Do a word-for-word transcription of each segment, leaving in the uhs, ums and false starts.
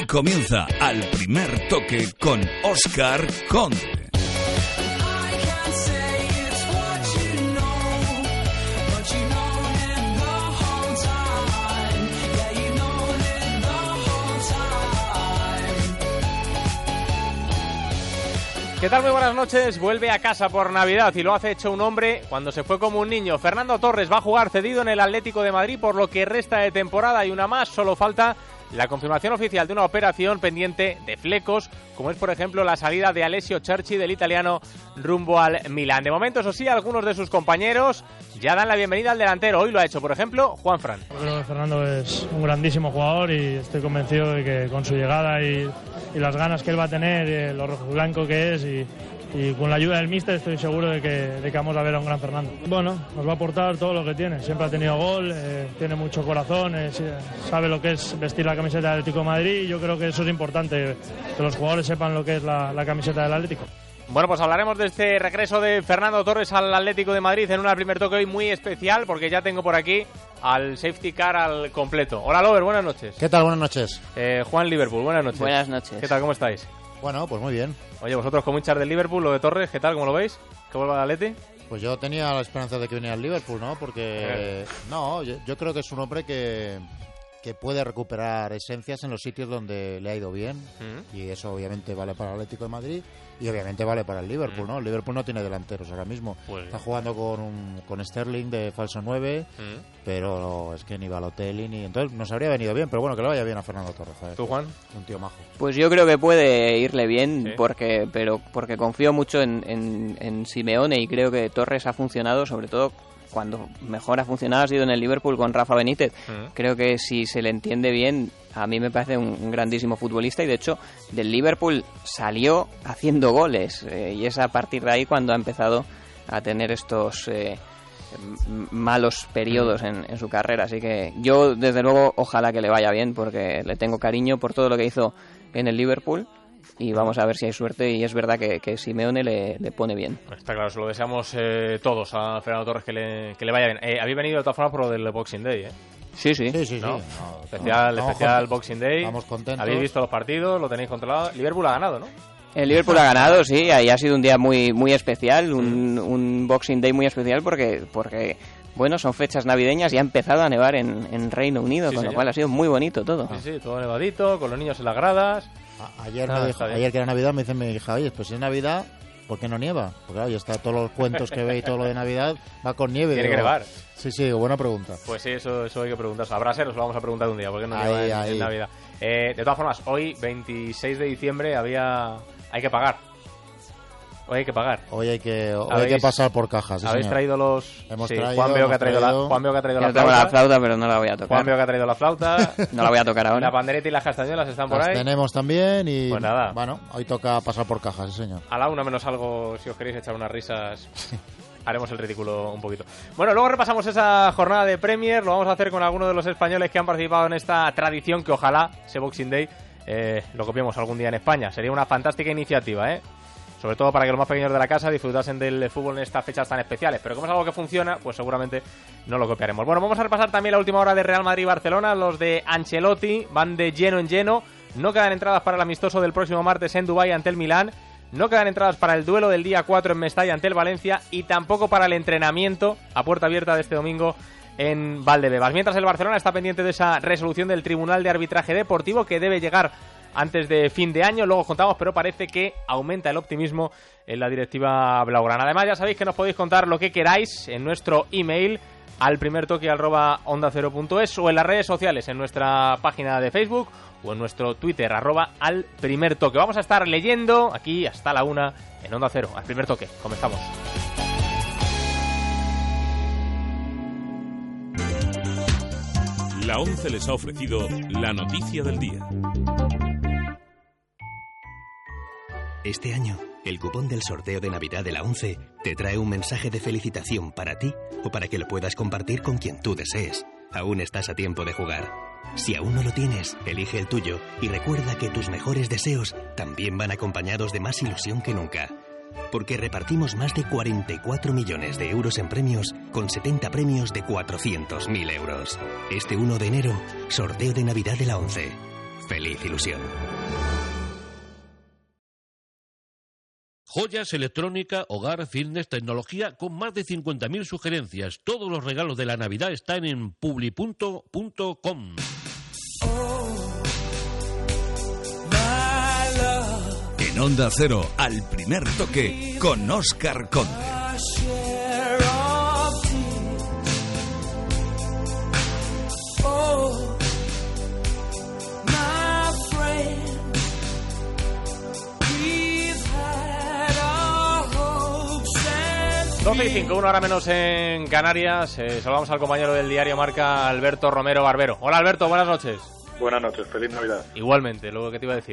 comienza Al Primer Toque con Óscar Conde. ¿Qué tal? Muy buenas noches. Vuelve a casa por Navidad y lo hace hecho un hombre cuando se fue como un niño. Fernando Torres va a jugar cedido en el Atlético de Madrid por lo que resta de temporada y una más. Solo falta la confirmación oficial de una operación pendiente de flecos, como es por ejemplo la salida de Alessio Cerci del italiano rumbo al Milán. De momento, eso sí, algunos de sus compañeros ya dan la bienvenida al delantero. Hoy lo ha hecho, por ejemplo, Juanfran. Creo que Fernando es un grandísimo jugador y estoy convencido de que con su llegada y, y las ganas que él va a tener, y lo rojiblanco que es y, y con la ayuda del míster estoy seguro de que, de que vamos a ver a un gran Fernando. Bueno, nos va a aportar todo lo que tiene. Siempre ha tenido gol, eh, tiene mucho corazón, eh, sabe lo que es vestir la camiseta del Atlético de Madrid y yo creo que eso es importante, que los jugadores sepan lo que es la, la camiseta del Atlético. Bueno, pues hablaremos de este regreso de Fernando Torres al Atlético de Madrid en un primer toque hoy muy especial porque ya tengo por aquí al safety car al completo. Hola, Lover, buenas noches. ¿Qué tal? Buenas noches. Eh, Juan Liverpool, buenas noches. Buenas noches. ¿Qué tal? ¿Cómo estáis? Bueno, pues muy bien. Oye, vosotros como hinchas del Liverpool, lo de Torres, ¿qué tal? ¿Cómo lo veis? ¿Que vuelva al Atleti? Pues yo tenía la esperanza de que viniera al Liverpool, ¿no? Porque, no, yo, yo creo que es un hombre que, que puede recuperar esencias en los sitios donde le ha ido bien. Mm. Y eso obviamente vale para el Atlético de Madrid y obviamente vale para el Liverpool, ¿no? El Liverpool no tiene delanteros ahora mismo. Pues está jugando con un, con Sterling de falso nueve, mm. pero no, es que ni Balotelli ni... Entonces nos habría venido bien, pero bueno, que le vaya bien a Fernando Torres. ¿Sabes? ¿Tú, Juan? Un tío majo. Pues yo creo que puede irle bien, ¿sí? porque pero porque confío mucho en, en, en Simeone y creo que Torres ha funcionado, sobre todo cuando mejor ha funcionado ha sido en el Liverpool con Rafa Benítez. Mm. Creo que si se le entiende bien, a mí me parece un, un grandísimo futbolista y de hecho del Liverpool salió haciendo goles eh, y es a partir de ahí cuando ha empezado a tener estos eh, malos periodos en, en su carrera. Así que yo desde luego ojalá que le vaya bien porque le tengo cariño por todo lo que hizo en el Liverpool. Y vamos a ver si hay suerte y es verdad que, que Simeone le, le pone bien. Está claro, se lo deseamos eh, todos a Fernando Torres que le, que le vaya bien. Eh, habéis venido de todas formas por lo del Boxing Day, ¿eh? Sí, sí. sí, sí, ¿No? sí. No, especial no, especial no, Boxing Day. Estamos contentos. Habéis visto los partidos, lo tenéis controlado. Liverpool ha ganado, ¿no? El Liverpool ha ganado, sí. Ahí ha sido un día muy muy especial, un, un Boxing Day muy especial porque... porque bueno, son fechas navideñas y ha empezado a nevar en, en Reino Unido, sí, con señor. Lo cual ha sido muy bonito todo. Sí, sí, todo nevadito, con los niños en las gradas. A- ayer, ah, dijo, ayer que era Navidad me dice mi hija, oye, pues si es Navidad, ¿por qué no nieva? Porque claro, ya está todos los cuentos que ve y todo lo de Navidad va con nieve. Tiene digo, que nevar. Sí, sí, buena pregunta. Pues sí, eso, eso hay que preguntar. Habrá ser, os lo vamos a preguntar un día, porque no ahí, nieva en, ahí. en Navidad. Eh, de todas formas, hoy, veintiséis de diciembre, había hay que pagar. Hoy hay que pagar. Hoy hay que, hoy hay que pasar por cajas. Sí, ¿Habéis señor. traído los...? Hemos sí, traído, Juan veo que ha traído, traído... la, Juan veo que ha traído Yo la flauta. tengo la flauta, pero no la voy a tocar. Juan veo que ha traído la flauta. No la voy a tocar ahora. La pandereta y las castañuelas están por las ahí. tenemos también y... Pues nada. Bueno, hoy toca pasar por cajas, sí, señor. A la una menos algo, si os queréis echar unas risas... haremos el ridículo un poquito. Bueno, luego repasamos esa jornada de Premier. Lo vamos a hacer con algunos de los españoles que han participado en esta tradición que ojalá, ese Boxing Day, eh, lo copiemos algún día en España. Sería una fantástica iniciativa, ¿eh? Sobre todo para que los más pequeños de la casa disfrutasen del fútbol en estas fechas tan especiales. Pero como es algo que funciona, pues seguramente no lo copiaremos. Bueno, vamos a repasar también la última hora de Real Madrid y Barcelona. Los de Ancelotti van de lleno en lleno. No quedan entradas para el amistoso del próximo martes en Dubái ante el Milán. No quedan entradas para el duelo del día cuatro en Mestalla ante el Valencia. Y tampoco para el entrenamiento a puerta abierta de este domingo en Valdebebas. Mientras el Barcelona está pendiente de esa resolución del Tribunal de Arbitraje Deportivo que debe llegar antes de fin de año, luego contamos, pero parece que aumenta el optimismo en la directiva blaugrana. Además, ya sabéis que nos podéis contar lo que queráis en nuestro email al primer toque arroba onda cero punto es o en las redes sociales, en nuestra página de Facebook o en nuestro Twitter, arroba al primer toque. Vamos a estar leyendo aquí hasta la una en Onda Cero, al primer toque. Comenzamos. La ONCE les ha ofrecido la noticia del día. Este año, el cupón del sorteo de Navidad de la ONCE te trae un mensaje de felicitación para ti o para que lo puedas compartir con quien tú desees. Aún estás a tiempo de jugar. Si aún no lo tienes, elige el tuyo y recuerda que tus mejores deseos también van acompañados de más ilusión que nunca. Porque repartimos más de cuarenta y cuatro millones de euros en premios con setenta premios de cuatrocientos mil euros. Este uno de enero, sorteo de Navidad de la ONCE. feliz ilusión. Joyas, electrónica, hogar, fitness, tecnología, con más de cincuenta mil sugerencias. Todos los regalos de la Navidad están en publi punto com. En Onda Cero, Al Primer Toque, con Óscar Conde. doce y cinco, una hora menos en Canarias. Eh, saludamos al compañero del diario Marca, Alberto Romero Barbero. Hola Alberto, buenas noches. Buenas noches, feliz Navidad. Igualmente, luego que te iba a decir.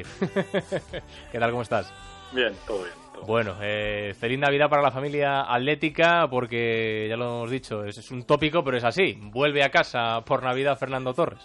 ¿Qué tal, cómo estás? Bien, todo bien. Todo bueno, eh, feliz Navidad para la familia atlética, porque ya lo hemos dicho, es, es un tópico, pero es así. Vuelve a casa por Navidad Fernando Torres.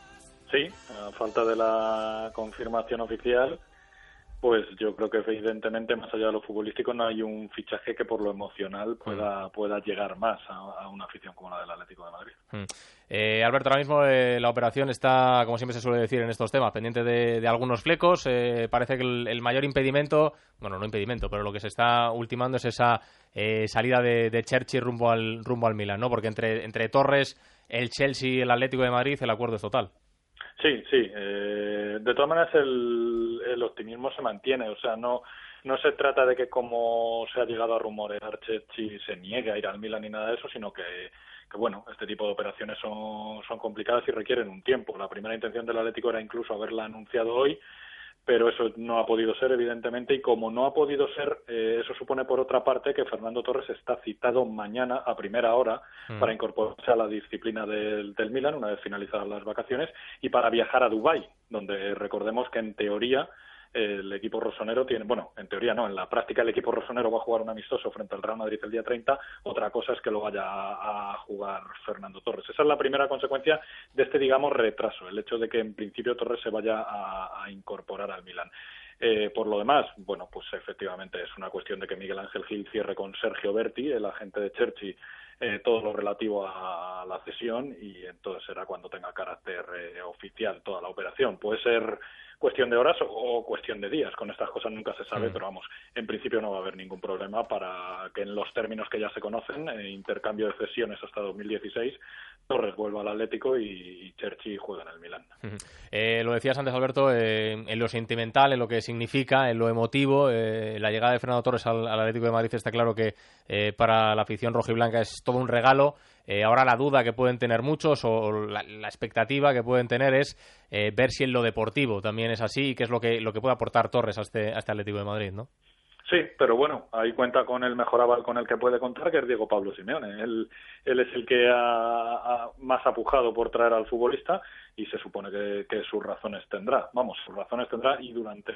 Sí, a falta de la confirmación oficial, pues yo creo que evidentemente más allá de lo futbolístico no hay un fichaje que por lo emocional pueda pueda llegar más a, a una afición como la del Atlético de Madrid. Mm. Eh, Alberto, ahora mismo eh, la operación está, como siempre se suele decir en estos temas, pendiente de, de algunos flecos. Eh, parece que el, el mayor impedimento, bueno, no impedimento, pero lo que se está ultimando es esa eh, salida de, de Cherchi rumbo al rumbo al Milan, ¿no? Porque entre, entre Torres, el Chelsea y el Atlético de Madrid el acuerdo es total. Sí, sí. Eh, de todas maneras, el, el optimismo se mantiene. O sea, no no se trata de que, como se ha llegado a rumorear, Cherchi se niegue a ir al Milan ni nada de eso, sino que, que bueno, este tipo de operaciones son, son complicadas y requieren un tiempo. La primera intención del Atlético era incluso haberla anunciado hoy, pero eso no ha podido ser, evidentemente, y como no ha podido ser, eh, eso supone, por otra parte, que Fernando Torres está citado mañana a primera hora mm. para incorporarse a la disciplina del, del Milan, una vez finalizadas las vacaciones, y para viajar a Dubái, donde recordemos que, en teoría, el equipo rosonero tiene, bueno, en teoría no, en la práctica el equipo rosonero va a jugar un amistoso frente al Real Madrid el día treinta, otra cosa es que lo vaya a, a jugar Fernando Torres. Esa es la primera consecuencia de este, digamos, retraso, el hecho de que en principio Torres se vaya a, a incorporar al Milan. Eh, por lo demás, bueno, pues efectivamente es una cuestión de que Miguel Ángel Gil cierre con Sergio Berti, el agente de Cherchi, eh, todo lo relativo a la cesión, y entonces será cuando tenga carácter eh, oficial toda la operación. Puede ser cuestión de horas o, o cuestión de días, con estas cosas nunca se sabe, sí. Pero vamos, en principio no va a haber ningún problema para que, en los términos que ya se conocen, eh, intercambio de cesiones hasta dos mil dieciséis, Torres vuelva al Atlético y, y Cherchi juega en el Milan. Uh-huh. Eh, lo decías antes, Alberto, eh, en lo sentimental, en lo que significa, en lo emotivo, eh, la llegada de Fernando Torres al, al Atlético de Madrid está claro que eh, para la afición rojiblanca es todo un regalo. Eh, ahora la duda que pueden tener muchos, o la, la expectativa que pueden tener, es eh, ver si en lo deportivo también es así y qué es lo que lo que puede aportar Torres a este, a este Atlético de Madrid, ¿no? Sí, pero bueno, ahí cuenta con el mejor aval con el que puede contar, que es Diego Pablo Simeone. Él, él es el que ha, ha más apujado por traer al futbolista y se supone que, que sus razones tendrá. Vamos, sus razones tendrá y durante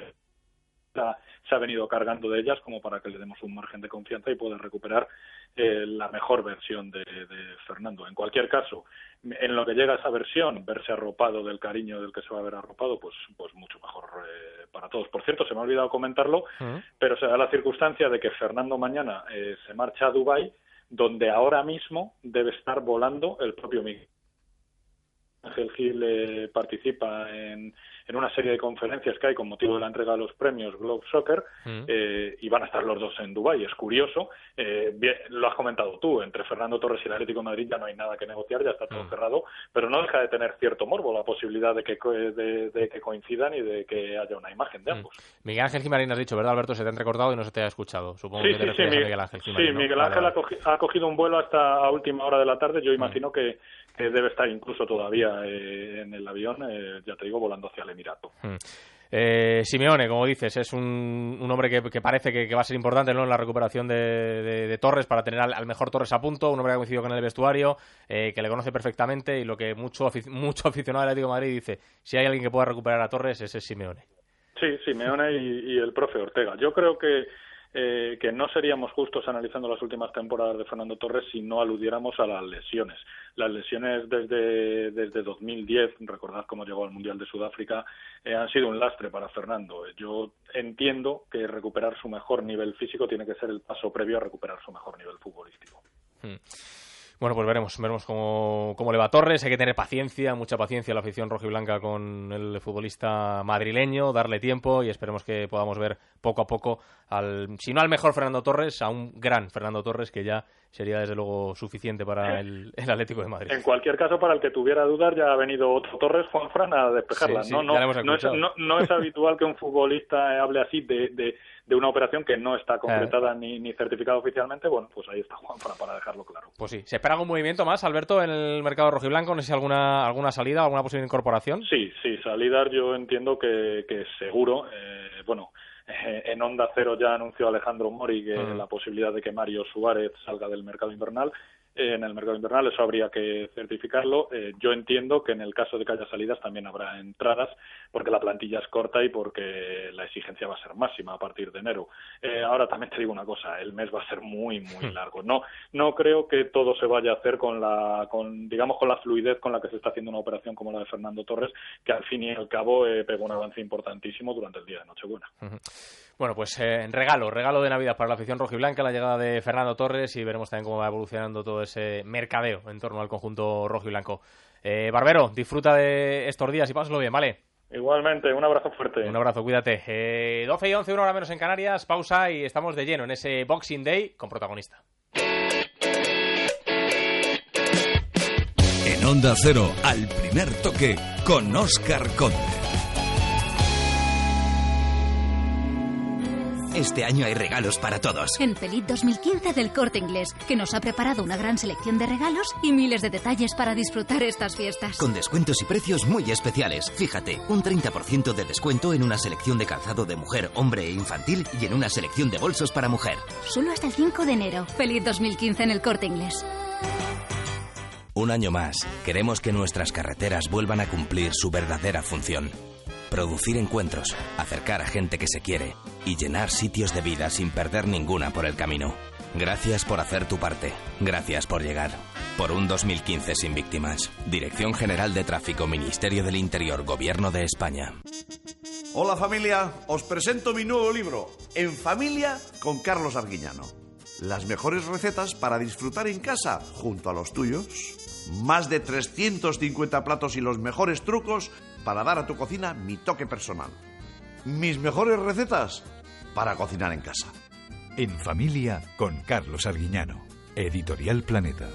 la, se ha venido cargando de ellas como para que le demos un margen de confianza y pueda recuperar eh, la mejor versión de, de Fernando. En cualquier caso, en lo que llega a esa versión, verse arropado del cariño del que se va a ver arropado, pues pues mucho mejor eh, para todos. Por cierto, se me ha olvidado comentarlo, uh-huh. pero se da la circunstancia de que Fernando mañana eh, se marcha a Dubái, donde ahora mismo debe estar volando el propio Miguel Ángel Gil. Eh, participa en, en una serie de conferencias que hay con motivo de la entrega de los premios Globe Soccer, uh-huh. eh, y van a estar los dos en Dubái. Es curioso, eh, bien, lo has comentado tú, entre Fernando Torres y el Atlético de Madrid ya no hay nada que negociar, ya está todo uh-huh. cerrado, pero no deja de tener cierto morbo la posibilidad de que, de, de que coincidan y de que haya una imagen de ambos. Uh-huh. Miguel Ángel Gimarín, has dicho, ¿verdad, Alberto? Se te ha entrecortado y no se te ha escuchado. Supongo sí, que te sí, refieres sí, a Miguel Ángel Gimarín, Sí, ¿no? Miguel Vale, Ángel vale. Ha, cogi, ha cogido un vuelo hasta a última hora de la tarde. Yo imagino uh-huh. que que debe estar incluso todavía eh, en el avión, eh, ya te digo, volando hacia el Emirato. Hmm. Eh, Simeone, como dices, es un, un hombre que, que parece que, que va a ser importante, ¿no?, en la recuperación de, de, de Torres, para tener al, al mejor Torres a punto, un hombre que ha coincidido con el vestuario, eh, que le conoce perfectamente, y lo que mucho, mucho aficionado del Atlético de Madrid dice, si hay alguien que pueda recuperar a Torres, ese es Simeone. Sí, Simeone y, y el profe Ortega. Yo creo que Eh, que no seríamos justos analizando las últimas temporadas de Fernando Torres si no aludiéramos a las lesiones. Las lesiones desde desde dos mil diez, recordad cómo llegó al Mundial de Sudáfrica, eh, han sido un lastre para Fernando. Yo entiendo que recuperar su mejor nivel físico tiene que ser el paso previo a recuperar su mejor nivel futbolístico. Hmm. Bueno, pues veremos, veremos cómo, cómo le va a Torres. Hay que tener paciencia, mucha paciencia la afición rojiblanca con el futbolista madrileño, darle tiempo y esperemos que podamos ver poco a poco, al, si no al mejor Fernando Torres, a un gran Fernando Torres que ya sería desde luego suficiente para el, el Atlético de Madrid. En cualquier caso, para el que tuviera dudas, ya ha venido otro Torres, Juanfran, a despejarla. Sí, sí, no, no, no, es, no, no es habitual que un futbolista hable así de, de, de una operación que no está concretada eh. ni, ni certificada oficialmente. Bueno, pues ahí está Juanfran para dejarlo claro. Pues sí. ¿Se espera algún movimiento más, Alberto, en el mercado rojiblanco? No sé si alguna, alguna salida, alguna posible incorporación. Sí, sí, salidas yo entiendo que, que seguro. Eh, bueno, eh, en Onda Cero ya anunció Alejandro Mori que uh-huh. la posibilidad de que Mario Suárez salga del mercado invernal. Eh, en el mercado invernal eso habría que certificarlo. Eh, yo entiendo que en el caso de que haya salidas también habrá entradas, porque la plantilla es corta y porque la exigencia va a ser máxima a partir de enero. Eh, ahora también te digo una cosa, el mes va a ser muy, muy largo. No, no creo que todo se vaya a hacer con la, con, digamos, con la fluidez con la que se está haciendo una operación como la de Fernando Torres, que al fin y al cabo eh, pegó un avance importantísimo durante el día de Nochebuena. Uh-huh. Bueno, pues eh, regalo, regalo de Navidad para la afición rojiblanca, la llegada de Fernando Torres, y veremos también cómo va evolucionando todo ese mercadeo en torno al conjunto rojiblanco. Eh, Barbero, disfruta de estos días y pásalo bien, ¿vale? Igualmente, un abrazo fuerte. Un abrazo, cuídate. Eh, doce y once, una hora menos en Canarias, pausa y estamos de lleno en ese Boxing Day con protagonista. En Onda Cero, al primer toque, con Óscar Conde. Este año hay regalos para todos. En Feliz dos mil quince del Corte Inglés, que nos ha preparado una gran selección de regalos y miles de detalles para disfrutar estas fiestas. Con descuentos y precios muy especiales. Fíjate, un treinta por ciento de descuento en una selección de calzado de mujer, hombre e infantil y en una selección de bolsos para mujer. Solo hasta el cinco de enero. Feliz dos mil quince en el Corte Inglés. Un año más, queremos que nuestras carreteras vuelvan a cumplir su verdadera función. Producir encuentros, acercar a gente que se quiere y llenar sitios de vida sin perder ninguna por el camino. Gracias por hacer tu parte. Gracias por llegar. Por un dos mil quince sin víctimas. Dirección General de Tráfico, Ministerio del Interior, Gobierno de España. Hola familia, os presento mi nuevo libro, En Familia con Carlos Arguiñano. Las mejores recetas para disfrutar en casa junto a los tuyos. Más de trescientos cincuenta platos y los mejores trucos para dar a tu cocina mi toque personal. Mis mejores recetas para cocinar en casa. En Familia con Carlos Arguiñano. Editorial Planeta.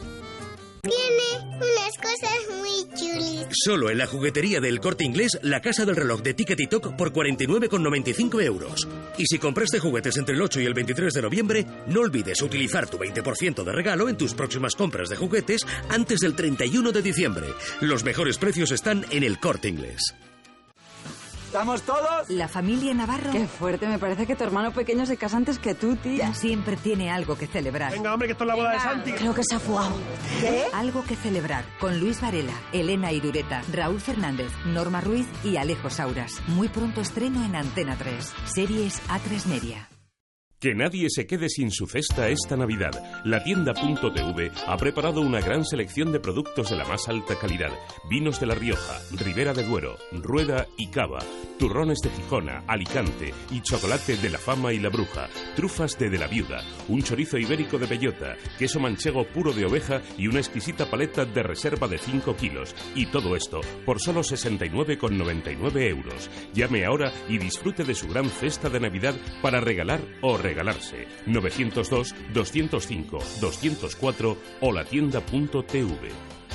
Tiene unas cosas muy chulis. Solo en la juguetería del Corte Inglés, la casa del reloj de Ticket y Toc por cuarenta y nueve con noventa y cinco euros. Y si compraste juguetes entre el ocho y el veintitrés de noviembre, no olvides utilizar tu veinte por ciento de regalo en tus próximas compras de juguetes antes del treinta y uno de diciembre. Los mejores precios están en el Corte Inglés. ¿Estamos todos? La familia Navarro. Qué fuerte, me parece que tu hermano pequeño se casa antes que tú, tía. Siempre tiene algo que celebrar. Venga, hombre, que esto es la boda Venga. de Santi. Creo que se ha fugado. ¿Qué? Algo que celebrar con Luis Varela, Elena Irureta, Raúl Fernández, Norma Ruiz y Alejo Sauras. Muy pronto estreno en Antena tres. Series A tres Media. Que nadie se quede sin su cesta esta Navidad. La tienda punto t v ha preparado una gran selección de productos de la más alta calidad. Vinos de La Rioja, Ribera de Duero, Rueda y Cava, turrones de Gijona, Alicante y chocolate de La Fama y La Bruja, trufas de De la Viuda, un chorizo ibérico de bellota, queso manchego puro de oveja y una exquisita paleta de reserva de cinco kilos. Y todo esto por solo sesenta y nueve con noventa y nueve euros. Llame ahora y disfrute de su gran cesta de Navidad para regalar o regalar. regalarse. novecientos dos, doscientos cinco, doscientos cuatro o la tienda punto t v.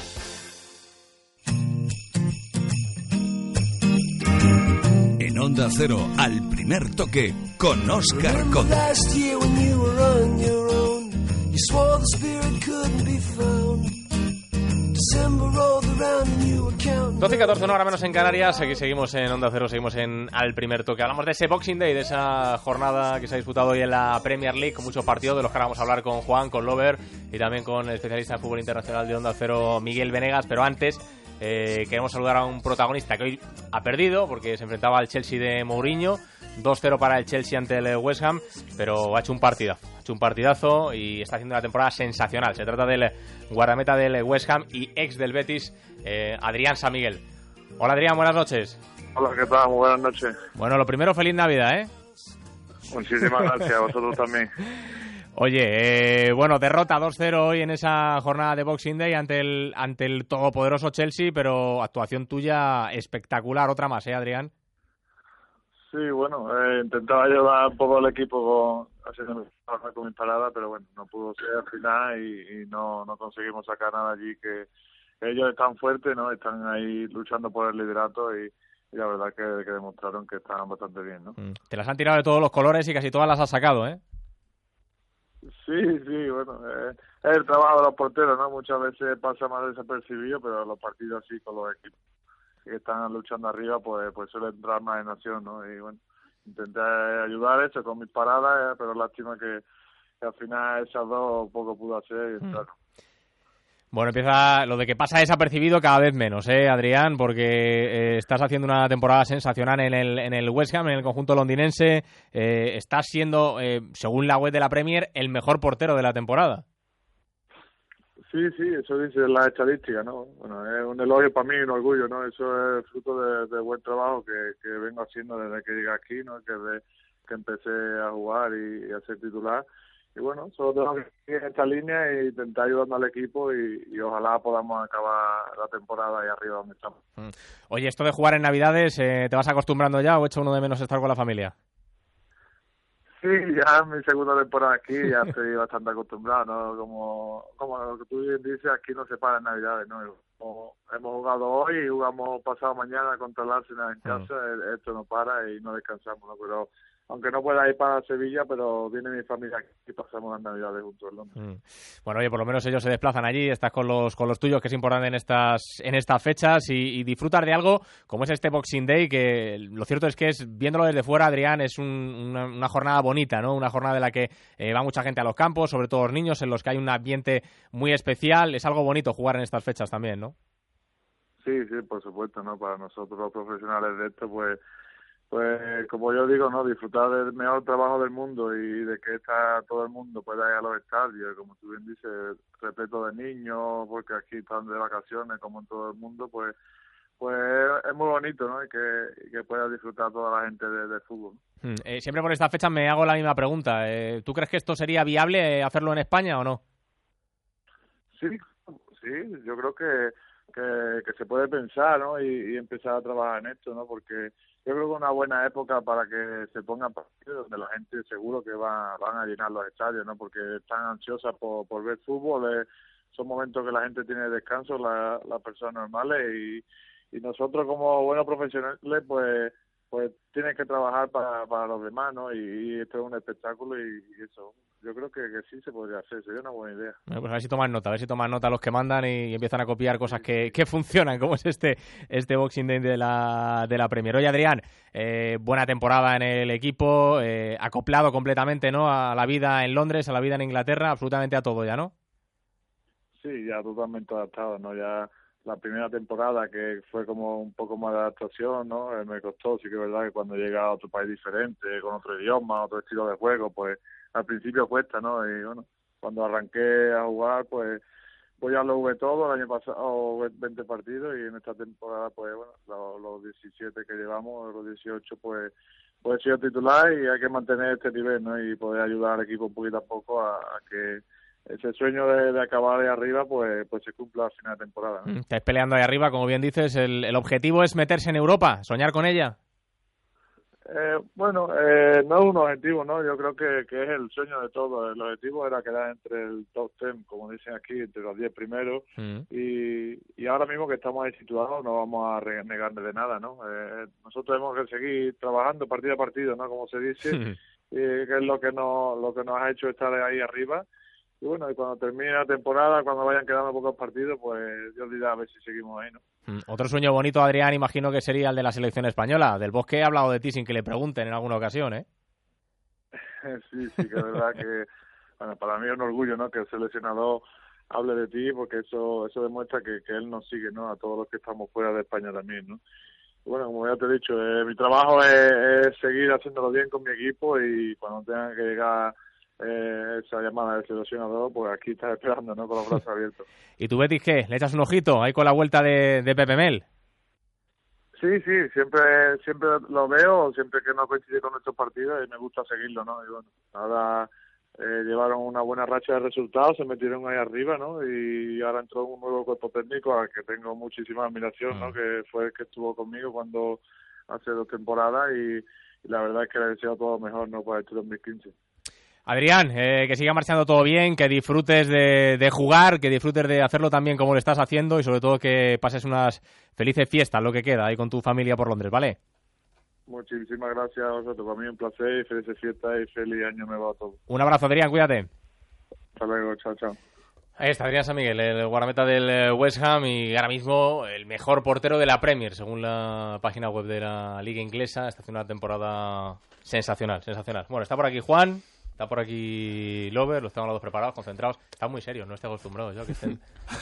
En Onda Cero, al primer toque, con Óscar Conde. doce y catorce, una hora menos en Canarias. Aquí seguimos en Onda Cero, seguimos en Al Primer Toque. Hablamos de ese Boxing Day, de esa jornada que se ha disputado hoy en la Premier League, con muchos partidos de los que ahora vamos a hablar con Juan, con Lover y también con el especialista en fútbol internacional de Onda Cero, Miguel Venegas. Pero antes eh, queremos saludar a un protagonista que hoy ha perdido porque se enfrentaba al Chelsea de Mourinho. dos cero para el Chelsea ante el West Ham, pero ha hecho un partidazo, ha hecho un partidazo y está haciendo una temporada sensacional. Se trata del guardameta del West Ham y ex del Betis, eh, Adrián San Miguel. Hola Adrián, buenas noches. Hola, ¿qué tal? Muy buenas noches. Bueno, lo primero, feliz Navidad, ¿eh? Muchísimas gracias, a vosotros también. Oye, eh, bueno, derrota dos cero hoy en esa jornada de Boxing Day ante el ante el todopoderoso Chelsea, pero actuación tuya espectacular, otra más, ¿eh, Adrián? Sí, bueno, eh, intentaba ayudar un poco al equipo con, haciendo con mi parada, pero bueno, no pudo ser al final y, y no, no conseguimos sacar nada allí, que ellos están fuertes, ¿no? Están ahí luchando por el liderato y, y la verdad que, que demostraron que estaban bastante bien, ¿no? Mm. Te las han tirado de todos los colores y casi todas las has sacado, ¿eh? Sí, sí, bueno, eh, es el trabajo de los porteros, ¿no? Muchas veces pasa más desapercibido, pero los partidos así con los equipos que están luchando arriba, pues pues suele entrar más en acción, ¿no? Y bueno, intenté ayudar eso con mis paradas, eh, pero lástima que, que al final esas dos poco pudo hacer y Mm. claro. Bueno, empieza lo de que pasa desapercibido cada vez menos, ¿eh, Adrián? Porque eh, estás haciendo una temporada sensacional en el, en el West Ham, en el conjunto londinense. Eh, estás siendo, eh, según la web de la Premier, el mejor portero de la temporada. Sí, sí, eso dice la estadística, ¿no? Bueno, es un elogio para mí y un orgullo, ¿no? Eso es fruto de, de buen trabajo que, que vengo haciendo desde que llegué aquí, ¿no? Que, de, que empecé a jugar y, y a ser titular. Y bueno, solo tengo que seguir en esta línea e intentar ayudando al equipo y, y ojalá podamos acabar la temporada ahí arriba donde estamos. Mm. Oye, esto de jugar en Navidades, eh, ¿te vas acostumbrando ya o echa uno de menos estar con la familia? Sí, ya en mi segunda temporada aquí ya estoy bastante acostumbrado, ¿no? Como, como lo que tú bien dices, aquí no se para en Navidades, ¿no? Como hemos jugado hoy y jugamos pasado mañana contra el Arsenal en casa, mm. esto no para y no descansamos, ¿no? Pero aunque no pueda ir para Sevilla, pero viene mi familia aquí y pasamos las Navidades juntos en Londres. Mm. Bueno, oye, por lo menos ellos se desplazan allí, estás con los con los tuyos, que es importante en estas en estas fechas, y, y disfrutar de algo como es este Boxing Day, que lo cierto es que es, viéndolo desde fuera, Adrián, es un, una, una jornada bonita, ¿no? Una jornada en la que eh, va mucha gente a los campos, sobre todo los niños, en los que hay un ambiente muy especial. Es algo bonito jugar en estas fechas también, ¿no? Sí, sí, por supuesto, ¿no? Para nosotros los profesionales de esto, pues Pues como yo digo, no, disfrutar del mejor trabajo del mundo y de que está todo el mundo pueda ir a los estadios, como tú bien dices, respeto de niños, porque aquí están de vacaciones como en todo el mundo, pues pues es muy bonito, ¿no? Y que, y que pueda disfrutar toda la gente de, de fútbol. Mm. Eh, siempre por estas fechas me hago la misma pregunta. Eh, ¿Tú crees que esto sería viable, eh, hacerlo en España o no? Sí, sí, yo creo que Que, que se puede pensar, ¿no? Y, y empezar a trabajar en esto, ¿no? Porque yo creo que es una buena época para que se pongan partidos donde la gente seguro que va, van a llenar los estadios, ¿no? Porque están ansiosas por, por ver fútbol, eh, son momentos que la gente tiene descanso, las la personas normales, y, y nosotros como buenos profesionales, pues pues tienen que trabajar para, para los demás, ¿no? Y, y esto es un espectáculo y, y eso. Yo creo que, que sí se podría hacer, sería una buena idea. Bueno, pues a ver si toman nota, a ver si toman nota los que mandan y, y empiezan a copiar cosas que, que funcionan, como es este este Boxing Day de la de la Premier. Oye, Adrián, eh, buena temporada en el equipo, eh, acoplado completamente, ¿no? A la vida en Londres, a la vida en Inglaterra, absolutamente a todo ya, ¿no? Sí, ya totalmente adaptado, ¿no? Ya la primera temporada que fue como un poco más de adaptación, ¿no? Eh, me costó, sí que es verdad que cuando llega a otro país diferente, con otro idioma, otro estilo de juego, pues al principio cuesta, ¿no? Y bueno, cuando arranqué a jugar, pues pues ya lo jugué todo, el año pasado veinte partidos y en esta temporada, pues bueno, los, los diecisiete que llevamos, los dieciocho, pues pues he sido titular y hay que mantener este nivel, ¿no? Y poder ayudar al equipo un poquito a poco a, a que ese sueño de, de acabar ahí arriba, pues pues se cumpla al final de temporada, ¿no? Estáis peleando ahí arriba, como bien dices, el, el objetivo es meterse en Europa, soñar con ella. Eh, bueno, eh, no es un objetivo, ¿no? Yo creo que, que es el sueño de todos. El objetivo era quedar entre el top ten, como dicen aquí, entre los diez primeros. Mm. Y, y ahora mismo que estamos ahí situados, no vamos a renegarle de nada, ¿no? Eh, nosotros tenemos que seguir trabajando partido a partido, ¿no? Como se dice, mm. y que es lo que nos, lo que nos ha hecho estar ahí arriba. Y bueno, y cuando termine la temporada, cuando vayan quedando pocos partidos, pues Dios dirá a ver si seguimos ahí, ¿no? Mm. Otro sueño bonito, Adrián, imagino que sería el de la selección española. Del Bosque he hablado de ti sin que le pregunten en alguna ocasión, ¿eh? Sí, sí, que es verdad que, bueno, para mí es un orgullo, ¿no? Que el seleccionador hable de ti, porque eso eso demuestra que, que él nos sigue, ¿no? A todos los que estamos fuera de España también, ¿no? Y bueno, como ya te he dicho, eh, mi trabajo es, es seguir haciéndolo bien con mi equipo y cuando tenga que llegar Eh, esa llamada del seleccionador, pues aquí está esperando, ¿no? Con los brazos abiertos. ¿Y tú, Betis, qué? ¿Le echas un ojito ahí con la vuelta de, de Pepe Mel? Sí, sí, siempre siempre lo veo, siempre que no coincide con nuestros partidos y me gusta seguirlo, ¿no? Y bueno, ahora eh, llevaron una buena racha de resultados, se metieron ahí arriba, ¿no? Y ahora entró un nuevo cuerpo técnico al que tengo muchísima admiración, ¿no? Que fue el que estuvo conmigo cuando hace dos temporadas y, y la verdad es que le deseo todo lo mejor, ¿no? Para este dos mil quince. Adrián, eh, que siga marchando todo bien, que disfrutes de, de jugar, que disfrutes de hacerlo también como lo estás haciendo y sobre todo que pases unas felices fiestas, lo que queda, ahí con tu familia por Londres, ¿vale? Muchísimas gracias a vosotros, para mí un placer y felices fiestas y feliz año nuevo a todos. Un abrazo, Adrián, cuídate. Hasta luego, chao, chao. Ahí está Adrián San Miguel, el guardameta del West Ham y ahora mismo el mejor portero de la Premier, según la página web de la Liga Inglesa. Está haciendo una temporada sensacional, sensacional. Bueno, está por aquí Juan. Está por aquí Lover, los tengo los dos preparados, concentrados. Están muy serios, no estoy acostumbrado yo a que estén,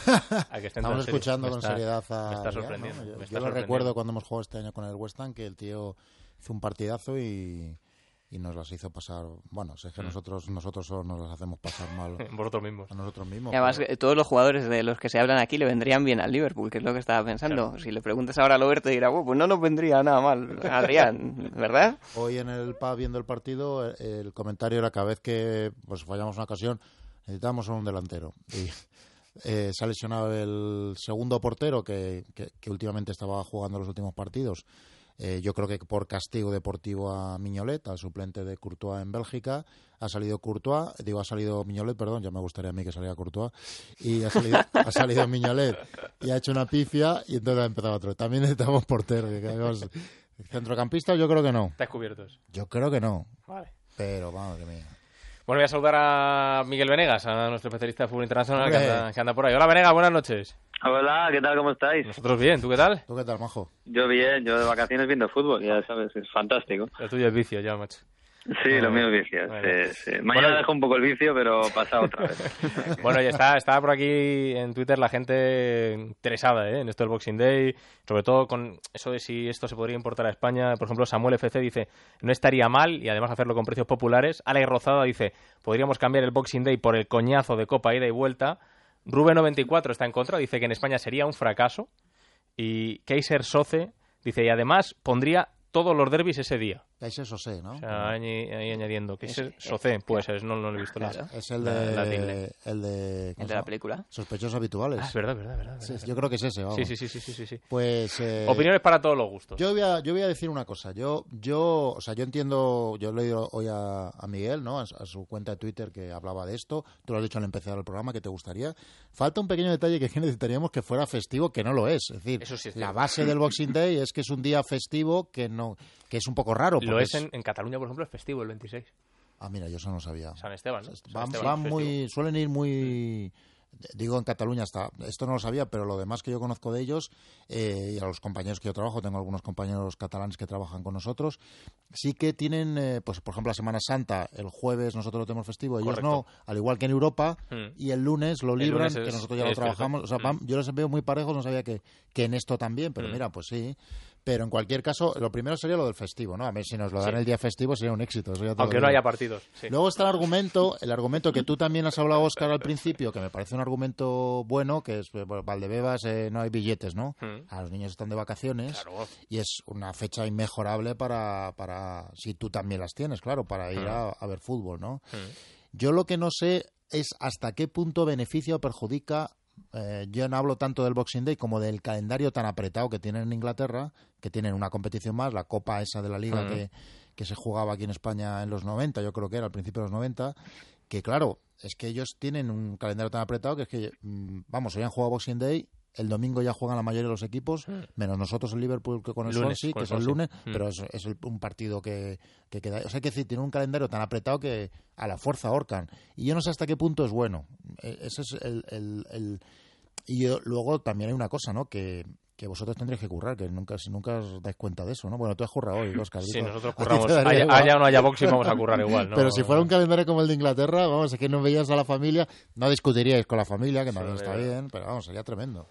a que estén Estamos tan escuchando serios. con Me está, seriedad a... Me está Adrián, sorprendiendo. ¿no? Yo, me está yo lo sorprendiendo. recuerdo cuando hemos jugado este año con el West Ham, que el tío hizo un partidazo y, y nos las hizo pasar... Bueno, si es que Mm. nosotros nosotros solo nos las hacemos pasar mal. Vosotros mismos. A nosotros mismos. Y además, pero... todos los jugadores de los que se hablan aquí le vendrían bien al Liverpool, que es lo que estaba pensando. Claro. Si le preguntas ahora a Lover, te dirá, pues no nos vendría nada mal, Adrián, ¿verdad? Hoy en el pub, viendo el partido, el comentario era cada vez que pues fallamos una ocasión, necesitamos un delantero. Y eh, se ha lesionado el segundo portero, que, que, que últimamente estaba jugando los últimos partidos. Eh, yo creo que por castigo deportivo a Mignolet, al suplente de Courtois en Bélgica. Ha salido Courtois, digo, ha salido Mignolet, perdón, ya me gustaría a mí que saliera Courtois. Y ha salido, ha salido Mignolet y ha hecho una pifia y entonces ha empezado otro. También necesitamos portero. Digamos, centrocampista yo creo que no. ¿Estás cubiertos? Yo creo que no. Vale. Pero, madre mía. Bueno, voy a saludar a Miguel Venegas, a nuestro especialista de fútbol internacional que anda, que anda por ahí. Hola, Venegas, buenas noches. Hola, ¿qué tal? ¿Cómo estáis? Nosotros bien, ¿tú qué tal? ¿Tú qué tal, majo? Yo bien, yo de vacaciones viendo fútbol, ya sabes, es fantástico. Lo tuyo es vicio ya, macho. Sí, bueno, lo mío es vicio. bueno. Sí, sí. Mañana Bueno, dejo un poco el vicio, pero pasa otra vez. Bueno, ya está, está por aquí en Twitter la gente interesada ¿eh? en esto del Boxing Day, sobre todo con eso de si esto se podría importar a España. Por ejemplo, Samuel F C dice, no estaría mal y además hacerlo con precios populares. Alex Rozada dice, podríamos cambiar el Boxing Day por el coñazo de Copa ida y vuelta. Rubén noventa y cuatro está en contra, dice que en España sería un fracaso. Y Kaiser Soce dice, y además pondría todos los derbis ese día. Kaiser Soce, ¿no? O sea, ahí, ahí añadiendo. Kaiser Soce, pues es, no, no lo he visto. Claro. La, es el la, de, la el de, ¿El de la película? Sospechosos habituales. Ah, es verdad, verdad, verdad. Sí, verdad. yo creo que es ese, vamos. Sí, sí, sí, sí, sí, sí. Pues... Eh, opiniones para todos los gustos. Yo voy a, yo voy a decir una cosa. Yo, yo, o sea, yo entiendo, yo he leído hoy a, a Miguel, ¿no? A, a su cuenta de Twitter que hablaba de esto. Tú lo has dicho al empezar el programa que te gustaría. Falta un pequeño detalle que necesitaríamos que fuera festivo, que no lo es. Es decir, Eso sí es la cierto. base del Boxing Day es que es un día festivo que no, que es un poco raro. Lo es en, en Cataluña, por ejemplo, es festivo el veintiséis. Ah, mira, yo eso no sabía. San Esteban, ¿no? San Van, Esteban van es muy, suelen ir muy... Digo en Cataluña hasta, esto no lo sabía, pero lo demás que yo conozco de ellos eh, y a los compañeros que yo trabajo, tengo algunos compañeros catalanes que trabajan con nosotros, sí que tienen, eh, pues por ejemplo la Semana Santa, el jueves nosotros lo tenemos festivo, ellos Correcto. no, al igual que en Europa, Hmm. y el lunes lo El libran, lunes es- que nosotros ya lo es cierto. trabajamos, o sea, Hmm. van- yo los veo muy parejos, no sabía que, que en esto también, pero Hmm. mira, pues sí. Pero en cualquier caso, lo primero sería lo del festivo, ¿no? A ver, si nos lo dan Sí. el día festivo sería un éxito. Eso ya te lo Aunque no digo. haya partidos. Sí. Luego está el argumento, el argumento que tú también has hablado, Óscar, al principio, que me parece un argumento bueno, que es, bueno, Valdebebas, eh, no hay billetes, ¿no? Mm. A los niños están de vacaciones Claro. y es una fecha inmejorable para, para, si tú también las tienes, claro, para ir Mm. a, a ver fútbol, ¿no? Mm. Yo lo que no sé es hasta qué punto beneficia o perjudica. Eh, yo no hablo tanto del Boxing Day como del calendario tan apretado que tienen en Inglaterra, que tienen una competición más, la Copa esa de la Liga Mm. que, que se jugaba aquí en España en los noventa, yo creo que era al principio de los noventa, que claro, es que ellos tienen un calendario tan apretado que es que, mm, vamos, hoy han jugado Boxing Day, el domingo ya juegan la mayoría de los equipos, menos nosotros el Liverpool que con el Lunes, Swansea, con que el es el Swansea. lunes, Mm. pero es, es el- un partido que, que queda. O sea, que decir, tiene un calendario tan apretado que a la fuerza ahorcan. Y yo no sé hasta qué punto es bueno. Eh, Ese es el... el- el- Y yo- luego también hay una cosa, ¿no? Que, que vosotros tendréis que currar, que nunca, si nunca os dais cuenta de eso, ¿no? Bueno, tú has currado hoy, Óscar. Sí, digo, nosotros a ti te curramos. daría Haya, igual. haya o no haya boxing, vamos a currar igual, ¿no? Pero si fuera un calendario como el de Inglaterra, vamos, es que no veías a la familia, no discutiríais con la familia, que también está bien, pero vamos, sería tremendo.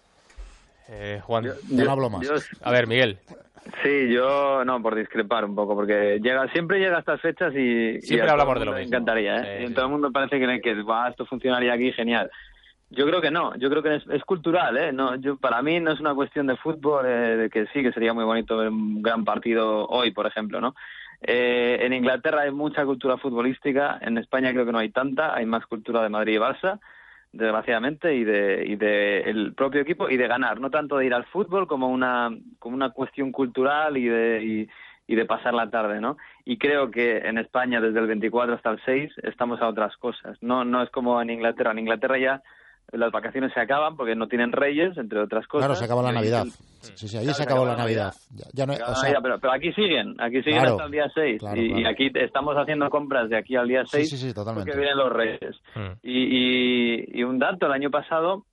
Eh, Juan, Yo- Yo no hablo más. yo- A ver, Miguel. Sí, yo no, por discrepar un poco, porque llega siempre llega a estas fechas y... Siempre y a hablamos todo el de lo mundo le mismo. encantaría, ¿eh? Sí, Y en sí. todo el mundo parece que, que va, esto funcionaría aquí, genial. Yo creo que no, yo creo que es, es cultural, ¿eh? No, yo, para mí no es una cuestión de fútbol, eh, de que sí, que sería muy bonito ver un gran partido hoy, por ejemplo, ¿no? Eh, en Inglaterra hay mucha cultura futbolística, en España creo que no hay tanta, hay más cultura de Madrid y Barça, desgraciadamente, y de, y de el propio equipo y de ganar, no tanto de ir al fútbol como una como una cuestión cultural y de y, y de pasar la tarde, ¿no? Y creo que en España desde el veinticuatro hasta el seis estamos a otras cosas, no no es como en Inglaterra, en Inglaterra ya las vacaciones se acaban porque no tienen reyes, entre otras cosas. Claro, se acaba la Navidad. Sí, sí, allí claro, se acabó se la Navidad. Ya, ya no, Claro, o sea, Navidad, pero, pero aquí siguen, aquí siguen claro, hasta el día seis. claro, y, claro. y aquí estamos haciendo compras de aquí al día seis sí, sí, sí, totalmente. porque vienen los reyes. Mm. Y, y, y un dato, el año pasado,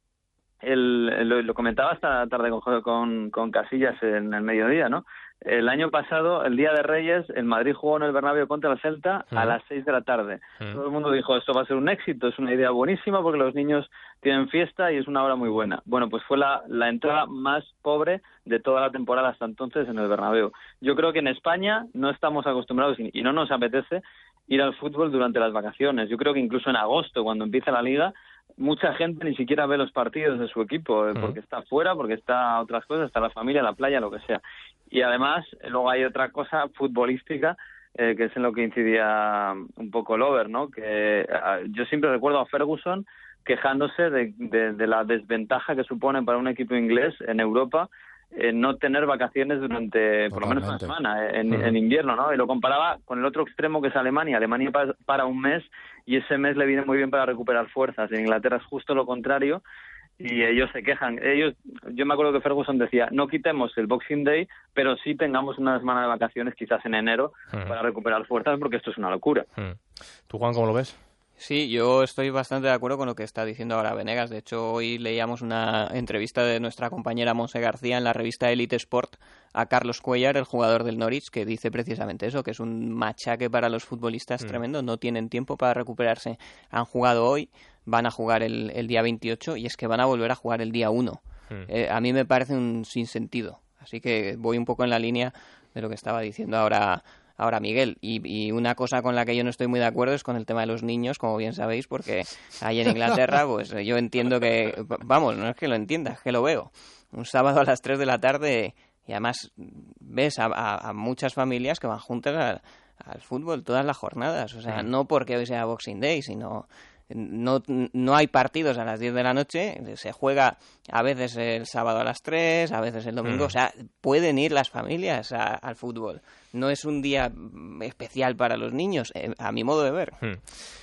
el, lo, lo comentaba esta tarde con, con, con Casillas en el mediodía, ¿no? El año pasado, el Día de Reyes, el Madrid jugó en el Bernabéu contra el Celta Mm. a las seis de la tarde. Mm. Todo el mundo dijo, esto va a ser un éxito, es una idea buenísima porque los niños tienen fiesta y es una hora muy buena. Bueno, pues fue la, la entrada más pobre de toda la temporada hasta entonces en el Bernabéu. Yo creo que en España no estamos acostumbrados y, y no nos apetece ir al fútbol durante las vacaciones. Yo creo que incluso en agosto, cuando empieza la Liga, mucha gente ni siquiera ve los partidos de su equipo, eh, porque está fuera, porque está a otras cosas, está la familia, la playa, lo que sea. Y además, eh, luego hay otra cosa futbolística, eh, que es en lo que incidía un poco Lover, ¿no? Que eh, yo siempre recuerdo a Ferguson quejándose de, de, de la desventaja que supone para un equipo inglés en Europa eh, no tener vacaciones durante por lo menos una semana, eh, en, Uh-huh. en invierno, ¿no? Y lo comparaba con el otro extremo que es Alemania. Alemania pa- para un mes y ese mes le viene muy bien para recuperar fuerzas. En Inglaterra es justo lo contrario y ellos se quejan. Ellos, yo me acuerdo que Ferguson decía, no quitemos el Boxing Day, pero sí tengamos una semana de vacaciones quizás en enero Uh-huh. para recuperar fuerzas porque esto es una locura. Uh-huh. ¿Tú, Juan, cómo lo ves? Sí, yo estoy bastante de acuerdo con lo que está diciendo ahora Venegas. De hecho, hoy leíamos una entrevista de nuestra compañera Monse García en la revista Elite Sport a Carlos Cuellar, el jugador del Norwich, que dice precisamente eso, que es un machaque para los futbolistas Mm. tremendo. No tienen tiempo para recuperarse. Han jugado hoy, van a jugar el, el día veintiocho y es que van a volver a jugar el día uno. Mm. Eh, a mí me parece un sinsentido. Así que voy un poco en la línea de lo que estaba diciendo ahora Ahora, Miguel, y, y una cosa con la que yo no estoy muy de acuerdo es con el tema de los niños, como bien sabéis, porque ahí en Inglaterra, pues yo entiendo que, vamos, no es que lo entienda, es que lo veo. Un sábado a las tres de la tarde, y además ves a, a, a muchas familias que van juntas al, al fútbol todas las jornadas. O sea, no porque hoy sea Boxing Day, sino... No, no hay partidos a las diez de la noche, se juega a veces el sábado a las tres, a veces el domingo, Mm. o sea, pueden ir las familias a- al fútbol. No es un día especial para los niños, eh, a mi modo de ver. Hmm.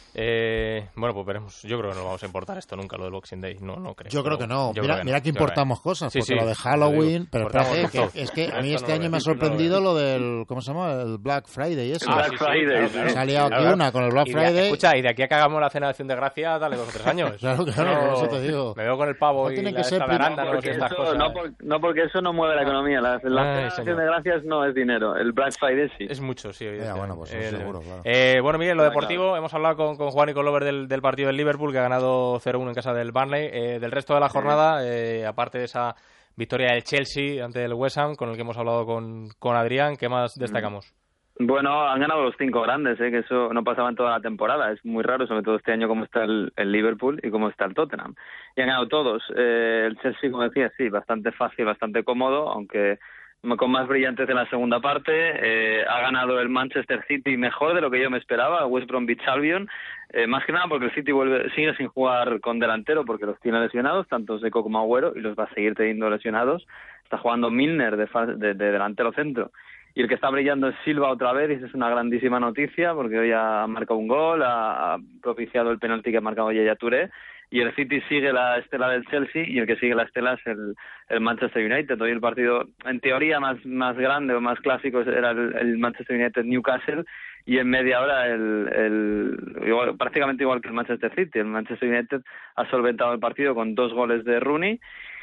Eh, bueno, pues veremos. Yo creo que no vamos a importar esto nunca, lo del Boxing Day. No, no creo. Yo creo que no. Yo Mira, creo mira no. que Yo creo importamos no. cosas, Sí, porque sí, lo de te Halloween, digo, pero importamos espérate, mucho. que, es que a mí Esto este no año lo me ha veo, esto no lo sorprendido veo. lo del, ¿cómo se llama? El Black Friday, eso. Ah, Black sí, sí, Friday, claro, claro. Se ha liado aquí Claro. una con el Black Y de- Friday. escucha, y de aquí a que hagamos la cena de acción de gracia, dale dos o tres años. Claro, claro, No, por eso te digo. Me veo con el pavo No y tiene la que ser esta de prim- arándanos y Porque estas eso- cosas. no, por- no porque eso no mueve la economía. La, la Ay, acción señor. de gracias no es dinero. El Black Friday sí. Es mucho, sí. Ya, bueno, pues eso Eh, seguro, claro. eh, bueno, Miguel, lo Claro, deportivo, hemos hablado con, con Juan y con Lover del, del partido del Liverpool, que ha ganado cero uno en casa del Burnley. Eh, del resto de la jornada, eh, aparte de esa victoria del Chelsea ante el West Ham, con el que hemos hablado con, con Adrián, ¿qué más destacamos? Bueno, han ganado los cinco grandes, ¿eh? Que eso no pasaba en toda la temporada. Es muy raro, sobre todo este año, cómo está el, el Liverpool y cómo está el Tottenham. Y han ganado todos. Eh, el Chelsea, como decía, sí, bastante fácil, bastante cómodo, aunque con más brillantes en la segunda parte. Eh, ha ganado el Manchester City mejor de lo que yo me esperaba, West Bromwich Albion. Eh, más que nada porque el City vuelve, sigue sin jugar con delantero porque los tiene lesionados, tanto Seco como Agüero, y los va a seguir teniendo lesionados. Está jugando Milner de, fa- de, de delantero centro. Y el que está brillando es Silva otra vez, y esa es una grandísima noticia, porque hoy ha marcado un gol, ha, ha propiciado el penalti que ha marcado Yaya Touré, y el City sigue la estela del Chelsea, y el que sigue la estela es el, el Manchester United. Hoy el partido, en teoría, más, más grande o más clásico era el, el Manchester United-Newcastle, y en media hora el, el igual, prácticamente igual que el Manchester City. El Manchester United ha solventado el partido con dos goles de Rooney,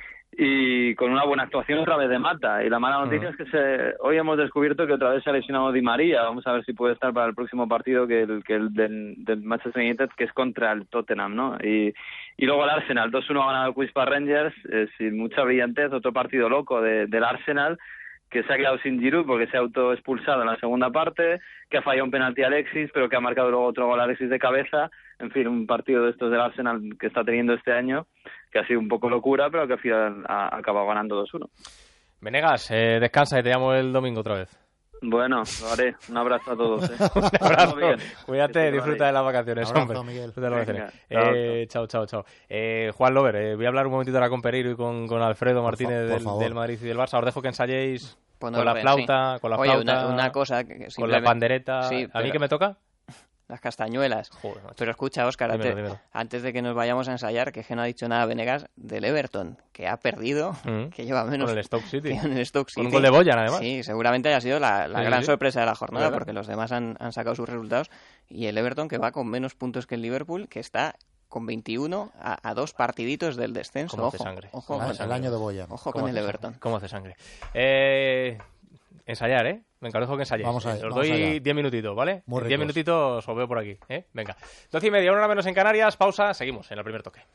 y con una buena actuación otra vez de Mata. Y la mala noticia es que se, hoy hemos descubierto que otra vez se ha lesionado Di María. Vamos a ver si puede estar para el próximo partido, que el, que el del, del Manchester United, que es contra el Tottenham, ¿no? Y, y luego el Arsenal, dos uno ha ganado el Queen's Park Rangers, eh, sin mucha brillantez. Otro partido loco de, del Arsenal, que se ha quedado sin Giroud porque se ha autoexpulsado en la segunda parte, que ha fallado un penalti a Alexis, pero que ha marcado luego otro gol a Alexis de cabeza. En fin, un partido de estos del Arsenal que está teniendo este año, que ha sido un poco locura, pero que al final ha, ha acabado ganando dos uno. Venegas, eh, descansa y te llamo el domingo otra vez. Bueno, lo haré. Un abrazo a todos. ¿eh? Un abrazo. Cuídate, disfruta de las vacaciones, abrazo, hombre. Miguel. De las Venga, vacaciones. Chao, chao, chao. Eh, Juan Lover, eh, voy a hablar un momentito ahora con Pereiro y con, con Alfredo Martínez por del, del Madrid y del Barça. Os dejo que ensayéis Poner con la orden, flauta, sí. con la Oye, flauta, una, una cosa que, que con la simplemente- pandereta. Sí, ¿A mí pero- qué me toca? Las castañuelas. Joder, macho. Pero escucha, Óscar, Dímelo, antes, dímelo. antes de que nos vayamos a ensayar, que es que no ha dicho nada Venegas del Everton, que ha perdido, Mm. que lleva menos Con el Stoke City. que en el Stoke City. Con un gol de Boyan, además. Sí, seguramente haya sido la, la Sí, gran sí. sorpresa de la jornada, ¿Verdad? porque los demás han, han sacado sus resultados. Y el Everton, que va con menos puntos que el Liverpool, que está con veintiuno a, a dos partiditos del descenso. ¿Cómo hace Ojo, sangre? ojo, El, con- año- el año de Boyan. ojo ¿Cómo con el hace Everton. sangre? ¿Cómo hace sangre? Eh, ensayar, ¿eh? Venga, os dejo que ensayéis. Vamos a- Os vamos doy allá. diez minutitos, ¿vale? Muy diez ricos. minutitos os veo por aquí, ¿eh? Venga. doce y media, una hora menos en Canarias. Pausa, seguimos en el primer toque.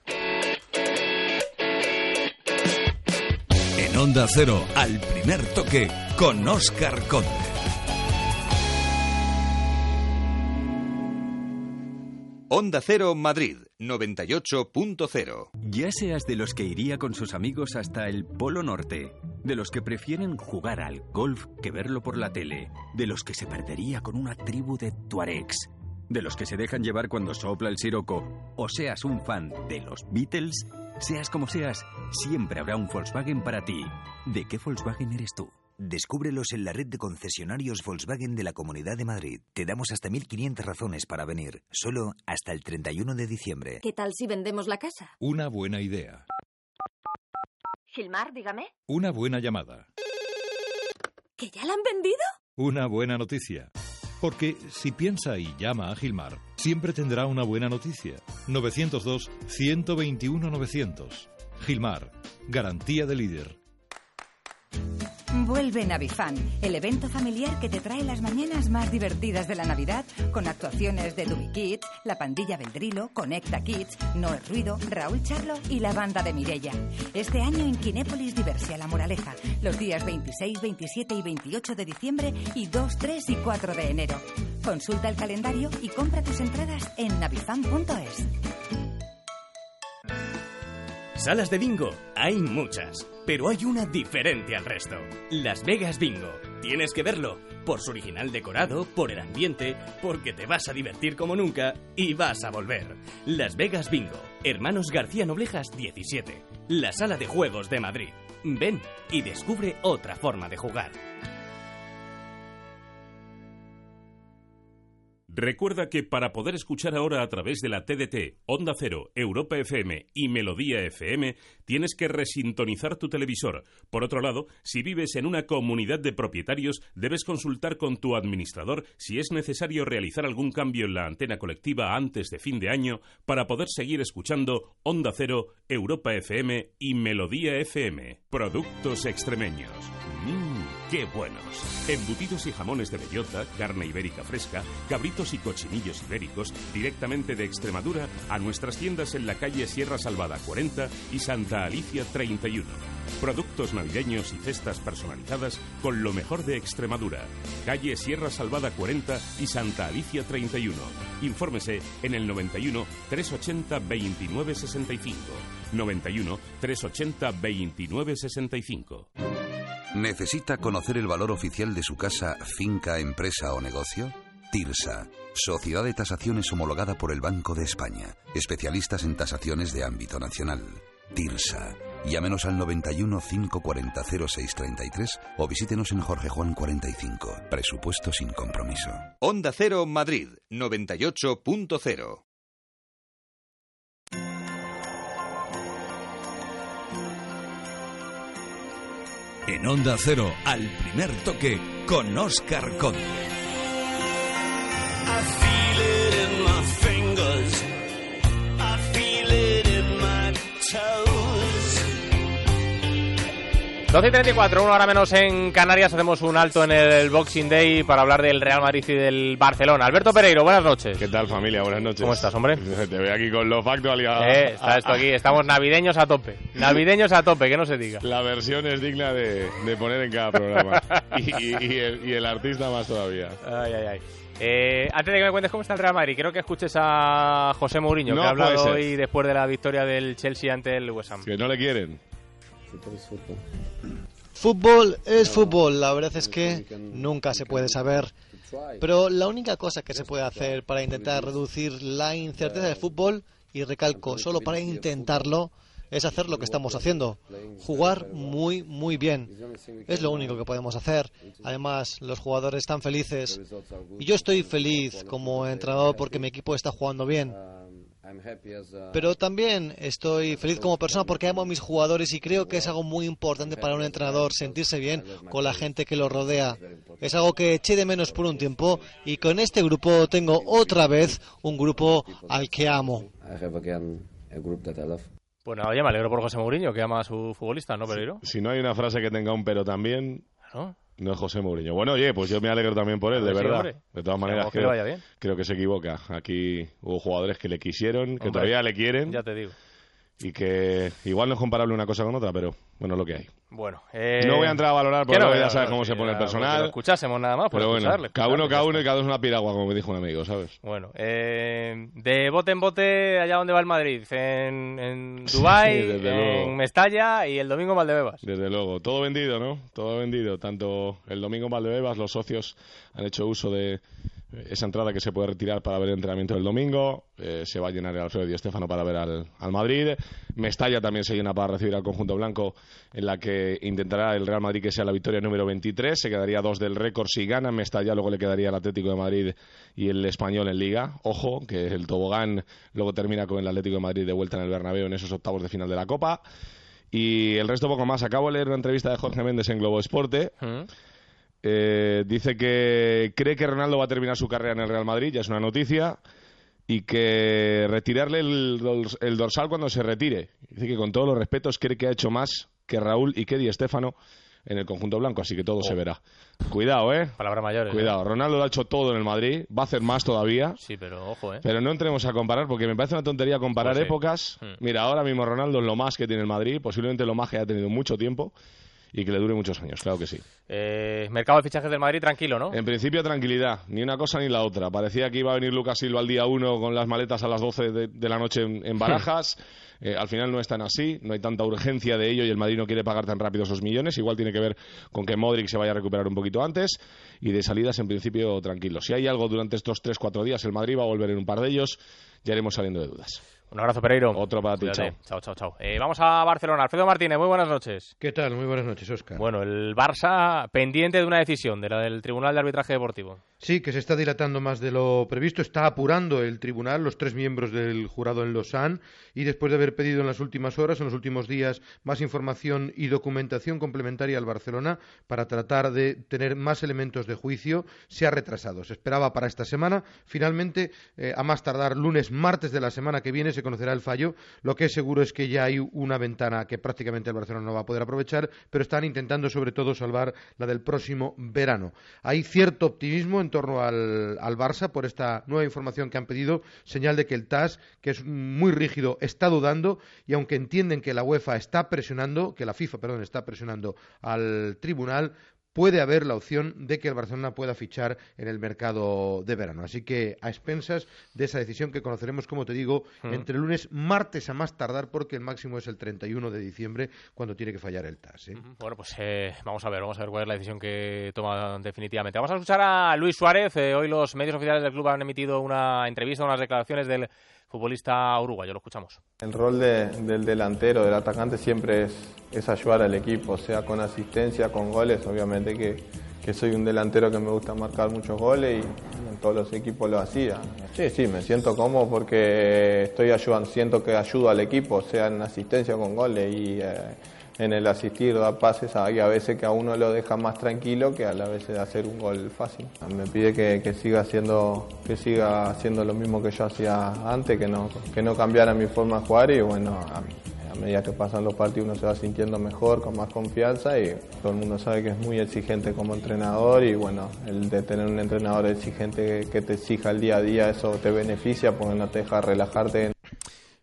En Onda Cero, al primer toque, con Óscar Conde. Onda Cero Madrid, noventa y ocho punto cero. Ya seas de los que iría con sus amigos hasta el Polo Norte, de los que prefieren jugar al golf que verlo por la tele, de los que se perdería con una tribu de tuaregs, de los que se dejan llevar cuando sopla el siroco, o seas un fan de los Beatles, seas como seas, siempre habrá un Volkswagen para ti. ¿De qué Volkswagen eres tú? Descúbrelos en la red de concesionarios Volkswagen de la Comunidad de Madrid. Te damos hasta mil quinientas razones para venir, solo hasta el treinta y uno de diciembre. ¿Qué tal si vendemos la casa? Una buena idea. Gilmar, dígame. Una buena llamada. ¿Que ya la han vendido? Una buena noticia. Porque si piensa y llama a Gilmar, siempre tendrá una buena noticia. novecientos dos, ciento veintiuno, novecientos. Gilmar, garantía de líder. Vuelve Navifan, el evento familiar que te trae las mañanas más divertidas de la Navidad, con actuaciones de Dubi Kids, La Pandilla Beldrilo, Conecta Kids, Noé Ruido, Raúl Charlo y la banda de Mirella. Este año en Kinépolis Diversia La Moraleja, los días veintiséis, veintisiete y veintiocho de diciembre y dos, tres y cuatro de enero. Consulta el calendario y compra tus entradas en navifan punto es. Salas de bingo hay muchas, pero hay una diferente al resto. Las Vegas Bingo. Tienes que verlo, por su original decorado, por el ambiente, porque te vas a divertir como nunca y vas a volver. Las Vegas Bingo. Hermanos García Noblejas diecisiete. La sala de juegos de Madrid. Ven y descubre otra forma de jugar. Recuerda que para poder escuchar ahora a través de la T D T, Onda Cero, Europa F M y Melodía F M, tienes que resintonizar tu televisor. Por otro lado, si vives en una comunidad de propietarios, debes consultar con tu administrador si es necesario realizar algún cambio en la antena colectiva antes de fin de año para poder seguir escuchando Onda Cero, Europa F M y Melodía F M. Productos extremeños. Mmm, qué buenos. Embutidos y jamones de bellota, carne ibérica fresca, cabritos y cochinillos ibéricos, directamente de Extremadura a nuestras tiendas en la calle Sierra Salvada cuarenta y Santa Alicia treinta y uno. Productos navideños y cestas personalizadas con lo mejor de Extremadura. Calle Sierra Salvada cuarenta y Santa Alicia treinta y uno. Infórmese en el noventa y uno, trescientos ochenta, veintinueve sesenta y cinco. noventa y uno, trescientos ochenta, veintinueve sesenta y cinco. ¿Necesita conocer el valor oficial de su casa, finca, empresa o negocio? TIRSA, Sociedad de Tasaciones homologada por el Banco de España. Especialistas en tasaciones de ámbito nacional. TIRSA. Llámenos al noventa y uno, cinco cuarenta, cero seis treinta y tres o visítenos en Jorge Juan cuarenta y cinco. Presupuesto sin compromiso. Onda Cero Madrid, noventa y ocho punto cero. En Onda Cero, al primer toque, con Óscar Conde. I feel it in my fingers. I feel it in my toes. doce y treinta y cuatro, una hora menos en Canarias. Hacemos un alto en el Boxing Day para hablar del Real Madrid y del Barcelona. Alberto Pereiro, buenas noches. ¿Qué tal, familia? Buenas noches. ¿Cómo estás, hombre? Te veo aquí con lo factual. Eh, está esto aquí. Estamos navideños a tope. Navideños a tope, que no se diga. La versión es digna de, de poner en cada programa. y, y, y, el, y el artista más todavía. Ay, ay, ay. Eh, antes de que me cuentes cómo está el Real Madrid, quiero que escuches a José Mourinho, No que ha hablado puede ser. hoy después de la victoria del Chelsea ante el West Ham. Que no le quieren. Fútbol es fútbol, la verdad es que nunca se puede saber. Pero la única cosa que se puede hacer para intentar reducir la incerteza del fútbol, y recalco, solo para intentarlo, es hacer lo que estamos haciendo, jugar muy, muy bien. Es lo único que podemos hacer. Además, los jugadores están felices. Y yo estoy feliz como entrenador porque mi equipo está jugando bien. Pero también estoy feliz como persona porque amo a mis jugadores y creo que es algo muy importante para un entrenador sentirse bien con la gente que lo rodea. Es algo que eché de menos por un tiempo y con este grupo tengo otra vez un grupo al que amo. Bueno, oye, me alegro por José Mourinho, que ama a su futbolista, ¿no, Pereiro? Si, si no hay una frase que tenga un pero también, ¿no? No es José Mourinho. Bueno, oye, pues yo me alegro también por él, de sí, verdad. Hombre. De todas maneras, que creo, vaya bien. creo que se equivoca. Aquí hubo jugadores que le quisieron, que hombre, todavía le quieren. Ya te digo. Y que igual no es comparable una cosa con otra, pero bueno, lo que hay. Bueno, eh... no voy a entrar a valorar porque no, ya no, sabes no, cómo sí, se pone el personal. Lo escuchásemos nada más, pero bueno, escucharle, cada uno, cada uno está. y cada uno es una piragua, como me dijo un amigo, ¿sabes? Bueno, eh, de bote en bote, allá donde va el Madrid, en, en Dubái, sí, en luego. Mestalla y el domingo en Valdebebas. Desde luego, todo vendido, ¿no? Todo vendido. Tanto el domingo en Valdebebas, los socios han hecho uso de esa entrada que se puede retirar para ver el entrenamiento del domingo. Eh, se va a llenar el Alfredo Di Stéfano para ver al, al Madrid. Mestalla también se llena para recibir al conjunto blanco, en la que intentará el Real Madrid que sea la victoria número veintitrés. Se quedaría dos del récord si gana Mestalla. Luego le quedaría el Atlético de Madrid y el Español en Liga. Ojo, que el tobogán luego termina con el Atlético de Madrid de vuelta en el Bernabéu en esos octavos de final de la Copa. Y el resto poco más. Acabo de leer una entrevista de Jorge Méndez en Globo Esporte. ¿Mm? Eh, dice que cree que Ronaldo va a terminar su carrera en el Real Madrid, ya es una noticia, y que retirarle el, el dorsal cuando se retire. Dice que con todos los respetos cree que ha hecho más que Raúl y que Di Stéfano en el conjunto blanco, así que todo oh. se verá. Cuidado, ¿eh? Palabras mayores. Cuidado, ¿eh? Ronaldo lo ha hecho todo en el Madrid, va a hacer más todavía. Sí, pero ojo, ¿eh? Pero no entremos a comparar, porque me parece una tontería comparar pues sí. épocas. Hmm. Mira, ahora mismo Ronaldo es lo más que tiene el Madrid, posiblemente lo más que haya tenido mucho tiempo. Y que le dure muchos años, claro que sí. Eh, mercado de fichajes del Madrid, tranquilo, ¿no? En principio, tranquilidad. Ni una cosa ni la otra. Parecía que iba a venir Lucas Silva al día uno con las maletas a las doce de, de la noche en, en Barajas. Eh, al final no es tan así. No hay tanta urgencia de ello y el Madrid no quiere pagar tan rápido esos millones. Igual tiene que ver con que Modric se vaya a recuperar un poquito antes. Y de salidas, en principio, tranquilo. Si hay algo durante estos tres cuatro días, el Madrid va a volver en un par de ellos. Ya iremos saliendo de dudas. Un abrazo, Pereiro. Otro para ti, chao. Chao, chao, chao. Eh, vamos a Barcelona. Alfredo Martínez, muy buenas noches. ¿Qué tal? Muy buenas noches, Óscar. Bueno, el Barça pendiente de una decisión, de la del Tribunal de Arbitraje Deportivo. Sí, que se está dilatando más de lo previsto. Está apurando el tribunal, los tres miembros del jurado en Lausanne, y después de haber pedido en las últimas horas, en los últimos días, más información y documentación complementaria al Barcelona para tratar de tener más elementos de juicio, se ha retrasado. Se esperaba para esta semana. Finalmente, eh, a más tardar lunes, martes de la semana que viene, se conocerá el fallo. Lo que es seguro es que ya hay una ventana que prácticamente el Barcelona no va a poder aprovechar, pero están intentando sobre todo salvar la del próximo verano. Hay cierto optimismo en torno al, al Barça por esta nueva información que han pedido, señal de que el T A S, que es muy rígido, está dudando, y aunque entienden que la UEFA está presionando, que la FIFA, perdón, está presionando al tribunal, puede haber la opción de que el Barcelona pueda fichar en el mercado de verano. Así que a expensas de esa decisión que conoceremos, como te digo, mm. entre lunes, martes a más tardar, porque el máximo es el treinta y uno de diciembre, cuando tiene que fallar el T A S. ¿eh? Bueno, pues eh, vamos a ver, vamos a ver cuál es la decisión que toma definitivamente. Vamos a escuchar a Luis Suárez. Eh, hoy los medios oficiales del club han emitido una entrevista, unas declaraciones del futbolista uruguayo. Lo escuchamos. El rol de, del delantero, del atacante, siempre es, es ayudar al equipo, sea con asistencia, con goles. Obviamente que, que soy un delantero que me gusta marcar muchos goles y en todos los equipos lo hacía. Sí, sí, me siento cómodo porque estoy ayudando, siento que ayudo al equipo, sea en asistencia con goles y eh, en el asistir, dar pases, hay a veces que a uno lo deja más tranquilo que a la vez de hacer un gol fácil. Me pide que, que siga haciendo que siga haciendo lo mismo que yo hacía antes, que no que no cambiara mi forma de jugar, y bueno, a, a medida que pasan los partidos uno se va sintiendo mejor, con más confianza, y todo el mundo sabe que es muy exigente como entrenador, y bueno, el de tener un entrenador exigente que te exija el día a día, eso te beneficia porque no te deja relajarte.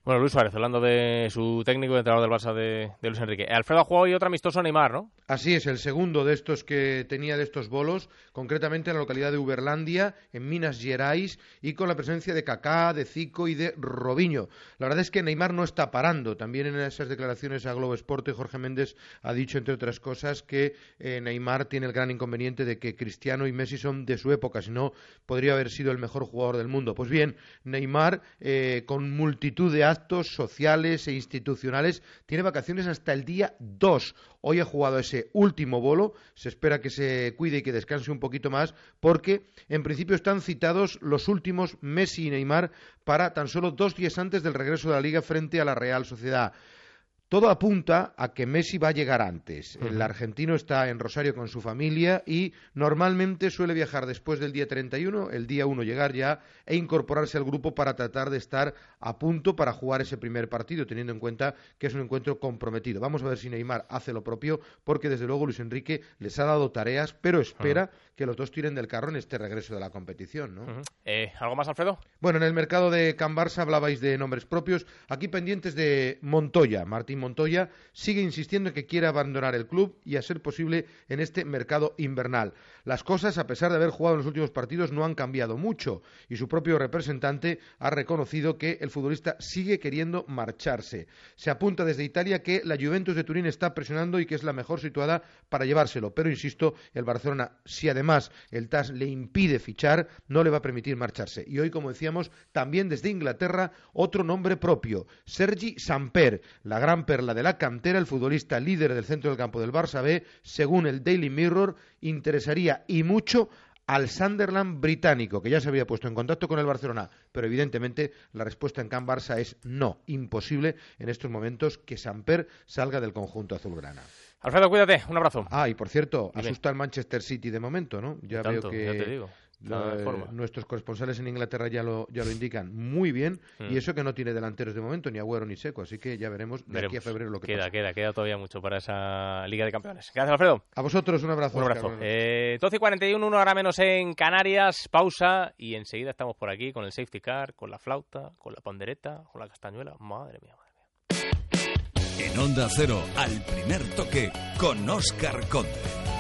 Bueno, Luis Suárez, hablando de su técnico y entrenador del Barça de, de Luis Enrique. Alfredo ha jugado hoy otro amistoso Neymar, ¿no? Así es, el segundo de estos que tenía de estos bolos, concretamente en la localidad de Uberlândia, en Minas Gerais, y con la presencia de Kaká, de Zico y de Robinho. La verdad es que Neymar no está parando. También en esas declaraciones a Globo Esporte, Jorge Méndez ha dicho, entre otras cosas, que eh, Neymar tiene el gran inconveniente de que Cristiano y Messi son de su época, si no, podría haber sido el mejor jugador del mundo. Pues bien, Neymar, eh, con multitud de actos sociales e institucionales, tiene vacaciones hasta el día dos. Hoy ha jugado ese último bolo, se espera que se cuide y que descanse un poquito más, porque en principio están citados los últimos Messi y Neymar para tan solo dos días antes del regreso de la Liga frente a la Real Sociedad. Todo apunta a que Messi va a llegar antes. El argentino está en Rosario con su familia y normalmente suele viajar después del día treinta y uno, el día uno llegar ya e incorporarse al grupo para tratar de estar a punto para jugar ese primer partido, teniendo en cuenta que es un encuentro comprometido. Vamos a ver si Neymar hace lo propio, porque desde luego Luis Enrique les ha dado tareas, pero espera uh-huh. que los dos tiren del carro en este regreso de la competición, ¿no? Uh-huh. eh, ¿Algo más, Alfredo? Bueno, en el mercado de Can Barça hablabais de nombres propios, aquí pendientes de Montoya. Martín Montoya sigue insistiendo en que quiere abandonar el club y, a ser posible, en este mercado invernal. Las cosas, a pesar de haber jugado en los últimos partidos, no han cambiado mucho, y su propio representante ha reconocido que el futbolista sigue queriendo marcharse. Se apunta desde Italia que la Juventus de Turín está presionando y que es la mejor situada para llevárselo, pero insisto, el Barcelona, si además el T A S le impide fichar, no le va a permitir marcharse. Y hoy, como decíamos, también desde Inglaterra, otro nombre propio, Sergi Samper, la gran perla de la cantera, el futbolista líder del centro del campo del Barça B, según el Daily Mirror, interesaría y mucho al Sunderland británico, que ya se había puesto en contacto con el Barcelona, pero evidentemente la respuesta en Can Barça es no, imposible en estos momentos que Samper salga del conjunto azulgrana. Alfredo, cuídate, un abrazo. Ah, y por cierto, Dime. asusta al Manchester City de momento, ¿no? Ya Tanto, veo que ya te digo. La, nuestros corresponsales en Inglaterra ya lo, ya lo indican muy bien, mm. y eso que no tiene delanteros de momento, ni Agüero ni Seco, así que ya veremos de Veremos. aquí a febrero lo que queda, pasa. Queda, queda todavía mucho para esa Liga de Campeones. Gracias, Alfredo. A vosotros un abrazo. Un abrazo. Eh, doce y cuarenta y uno, una hora menos en Canarias, pausa, y enseguida estamos por aquí con el safety car, con la flauta, con la pandereta, con la castañuela. Madre mía, madre mía. En Onda Cero, al primer toque, con Óscar Conde.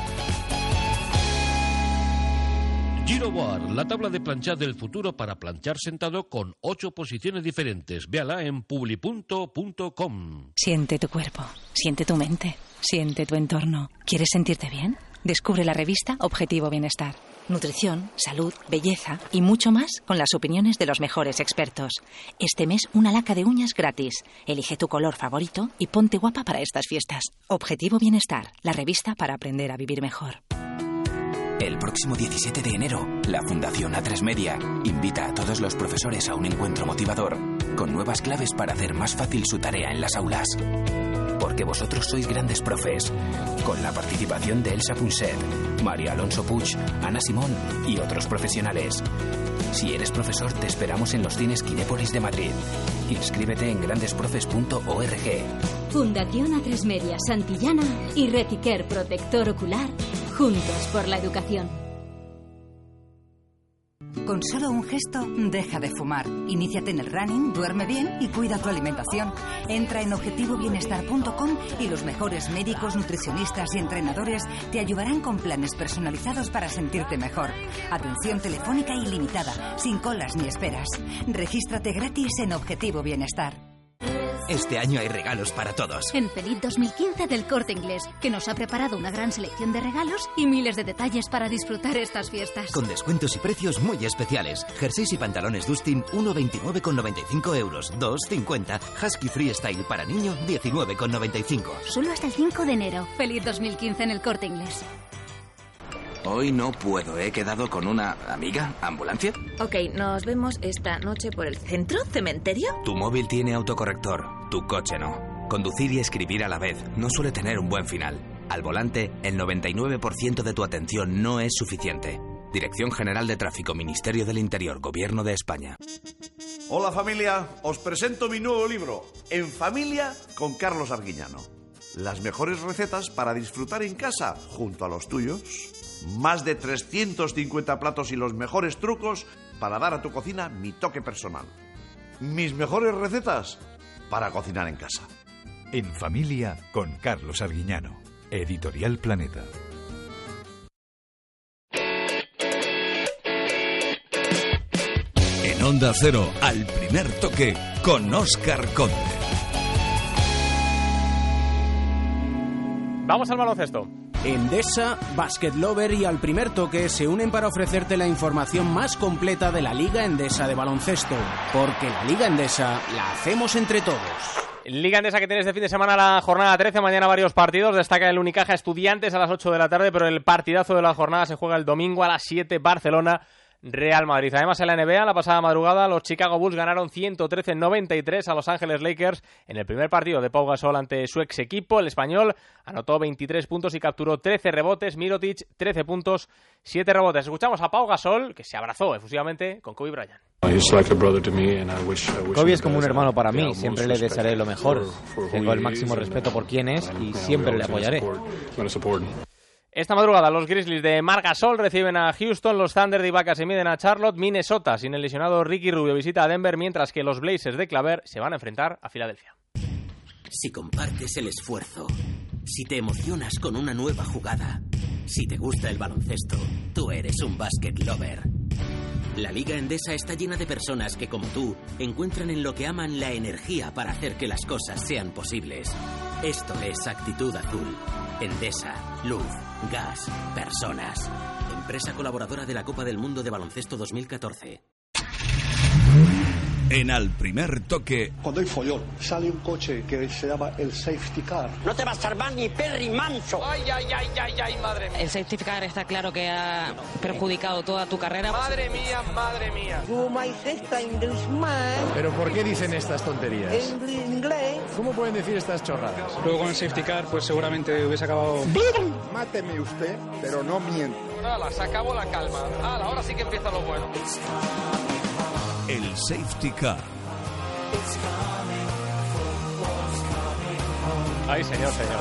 Giroboard, la tabla de planchar del futuro para planchar sentado con ocho posiciones diferentes. Véala en publipunto punto com. Siente tu cuerpo, siente tu mente, siente tu entorno. ¿Quieres sentirte bien? Descubre la revista Objetivo Bienestar. Nutrición, salud, belleza y mucho más con las opiniones de los mejores expertos. Este mes una laca de uñas gratis. Elige tu color favorito y ponte guapa para estas fiestas. Objetivo Bienestar, la revista para aprender a vivir mejor. El próximo diecisiete de enero, la Fundación A tres Media invita a todos los profesores a un encuentro motivador con nuevas claves para hacer más fácil su tarea en las aulas. Porque vosotros sois grandes profes, con la participación de Elsa Punset, María Alonso Puig, Ana Simón y otros profesionales. Si eres profesor, te esperamos en los cines Kinépolis de Madrid. Inscríbete en grandesprofes punto org. Fundación A tres Media Santillana y Retiquer Protector Ocular, juntos por la educación. Con solo un gesto, deja de fumar. Iníciate en el running, duerme bien y cuida tu alimentación. Entra en objetivo bienestar punto com y los mejores médicos, nutricionistas y entrenadores te ayudarán con planes personalizados para sentirte mejor. Atención telefónica ilimitada, sin colas ni esperas. Regístrate gratis en Objetivo Bienestar. Este año hay regalos para todos. En Feliz dos mil quince del Corte Inglés, que nos ha preparado una gran selección de regalos y miles de detalles para disfrutar estas fiestas. Con descuentos y precios muy especiales. Jerseys y pantalones Dustin, uno veintinueve con noventa y cinco euros. dos cincuenta. Husky Freestyle para niño, diecinueve con noventa y cinco. Solo hasta el cinco de enero. Feliz dos mil quince en el Corte Inglés. Hoy no puedo, he quedado con una amiga. ¿Ambulancia? Ok, nos vemos esta noche por el centro, cementerio. Tu móvil tiene autocorrector, tu coche no. Conducir y escribir a la vez no suele tener un buen final. Al volante, el noventa y nueve por ciento de tu atención no es suficiente. Dirección General de Tráfico, Ministerio del Interior, Gobierno de España. Hola familia, os presento mi nuevo libro, En Familia con Carlos Arguiñano. Las mejores recetas para disfrutar en casa junto a los tuyos. Más de trescientos cincuenta platos y los mejores trucos para dar a tu cocina mi toque personal. Mis mejores recetas para cocinar en casa. En familia con Carlos Arguiñano. Editorial Planeta. En Onda Cero, al primer toque, con Óscar Conde. Vamos al baloncesto. Endesa, Basket Lover y Al Primer Toque se unen para ofrecerte la información más completa de la Liga Endesa de baloncesto. Porque la Liga Endesa la hacemos entre todos. Liga Endesa que tiene este fin de semana la jornada trece, mañana varios partidos, destaca el Unicaja Estudiantes a las ocho de la tarde, pero el partidazo de la jornada se juega el domingo a las siete, Barcelona Real Madrid. Además, en la N B A, la pasada madrugada, los Chicago Bulls ganaron ciento trece a noventa y tres a Los Ángeles Lakers en el primer partido de Pau Gasol ante su ex equipo. El español anotó veintitrés puntos y capturó trece rebotes. Mirotic, trece puntos, siete rebotes. Escuchamos a Pau Gasol, que se abrazó efusivamente con Kobe Bryant. Kobe es como un hermano para mí, siempre le desearé lo mejor. Tengo el máximo respeto por quien es y siempre le apoyaré. Esta madrugada los Grizzlies de Marc Gasol reciben a Houston, los Thunder de Ibaka se miden a Charlotte, Minnesota sin el lesionado Ricky Rubio visita a Denver, mientras que los Blazers de Claver se van a enfrentar a Filadelfia. Si compartes el esfuerzo, si te emocionas con una nueva jugada, si te gusta el baloncesto, tú eres un basket lover. La Liga Endesa está llena de personas que, como tú, encuentran en lo que aman la energía para hacer que las cosas sean posibles. Esto es Actitud Azul. Endesa, luz, gas, personas. Empresa colaboradora de la Copa del Mundo de Baloncesto dos mil catorce. En Al Primer Toque. Cuando hay follón, sale un coche que se llama el safety car. No te va a salvar ni Perry Manso. Ay, ay, ay, ay, ay, madre mía. El safety car está claro que ha perjudicado toda tu carrera. Madre mía, madre mía. ¿Pero por qué dicen estas tonterías? En inglés. ¿Cómo pueden decir estas chorradas? Luego con el safety car, pues seguramente hubiese acabado... Máteme usted, pero no miento. Nada, se acabó la calma. Ah, ahora sí que empieza lo bueno. El safety car. Ay, señor, señor.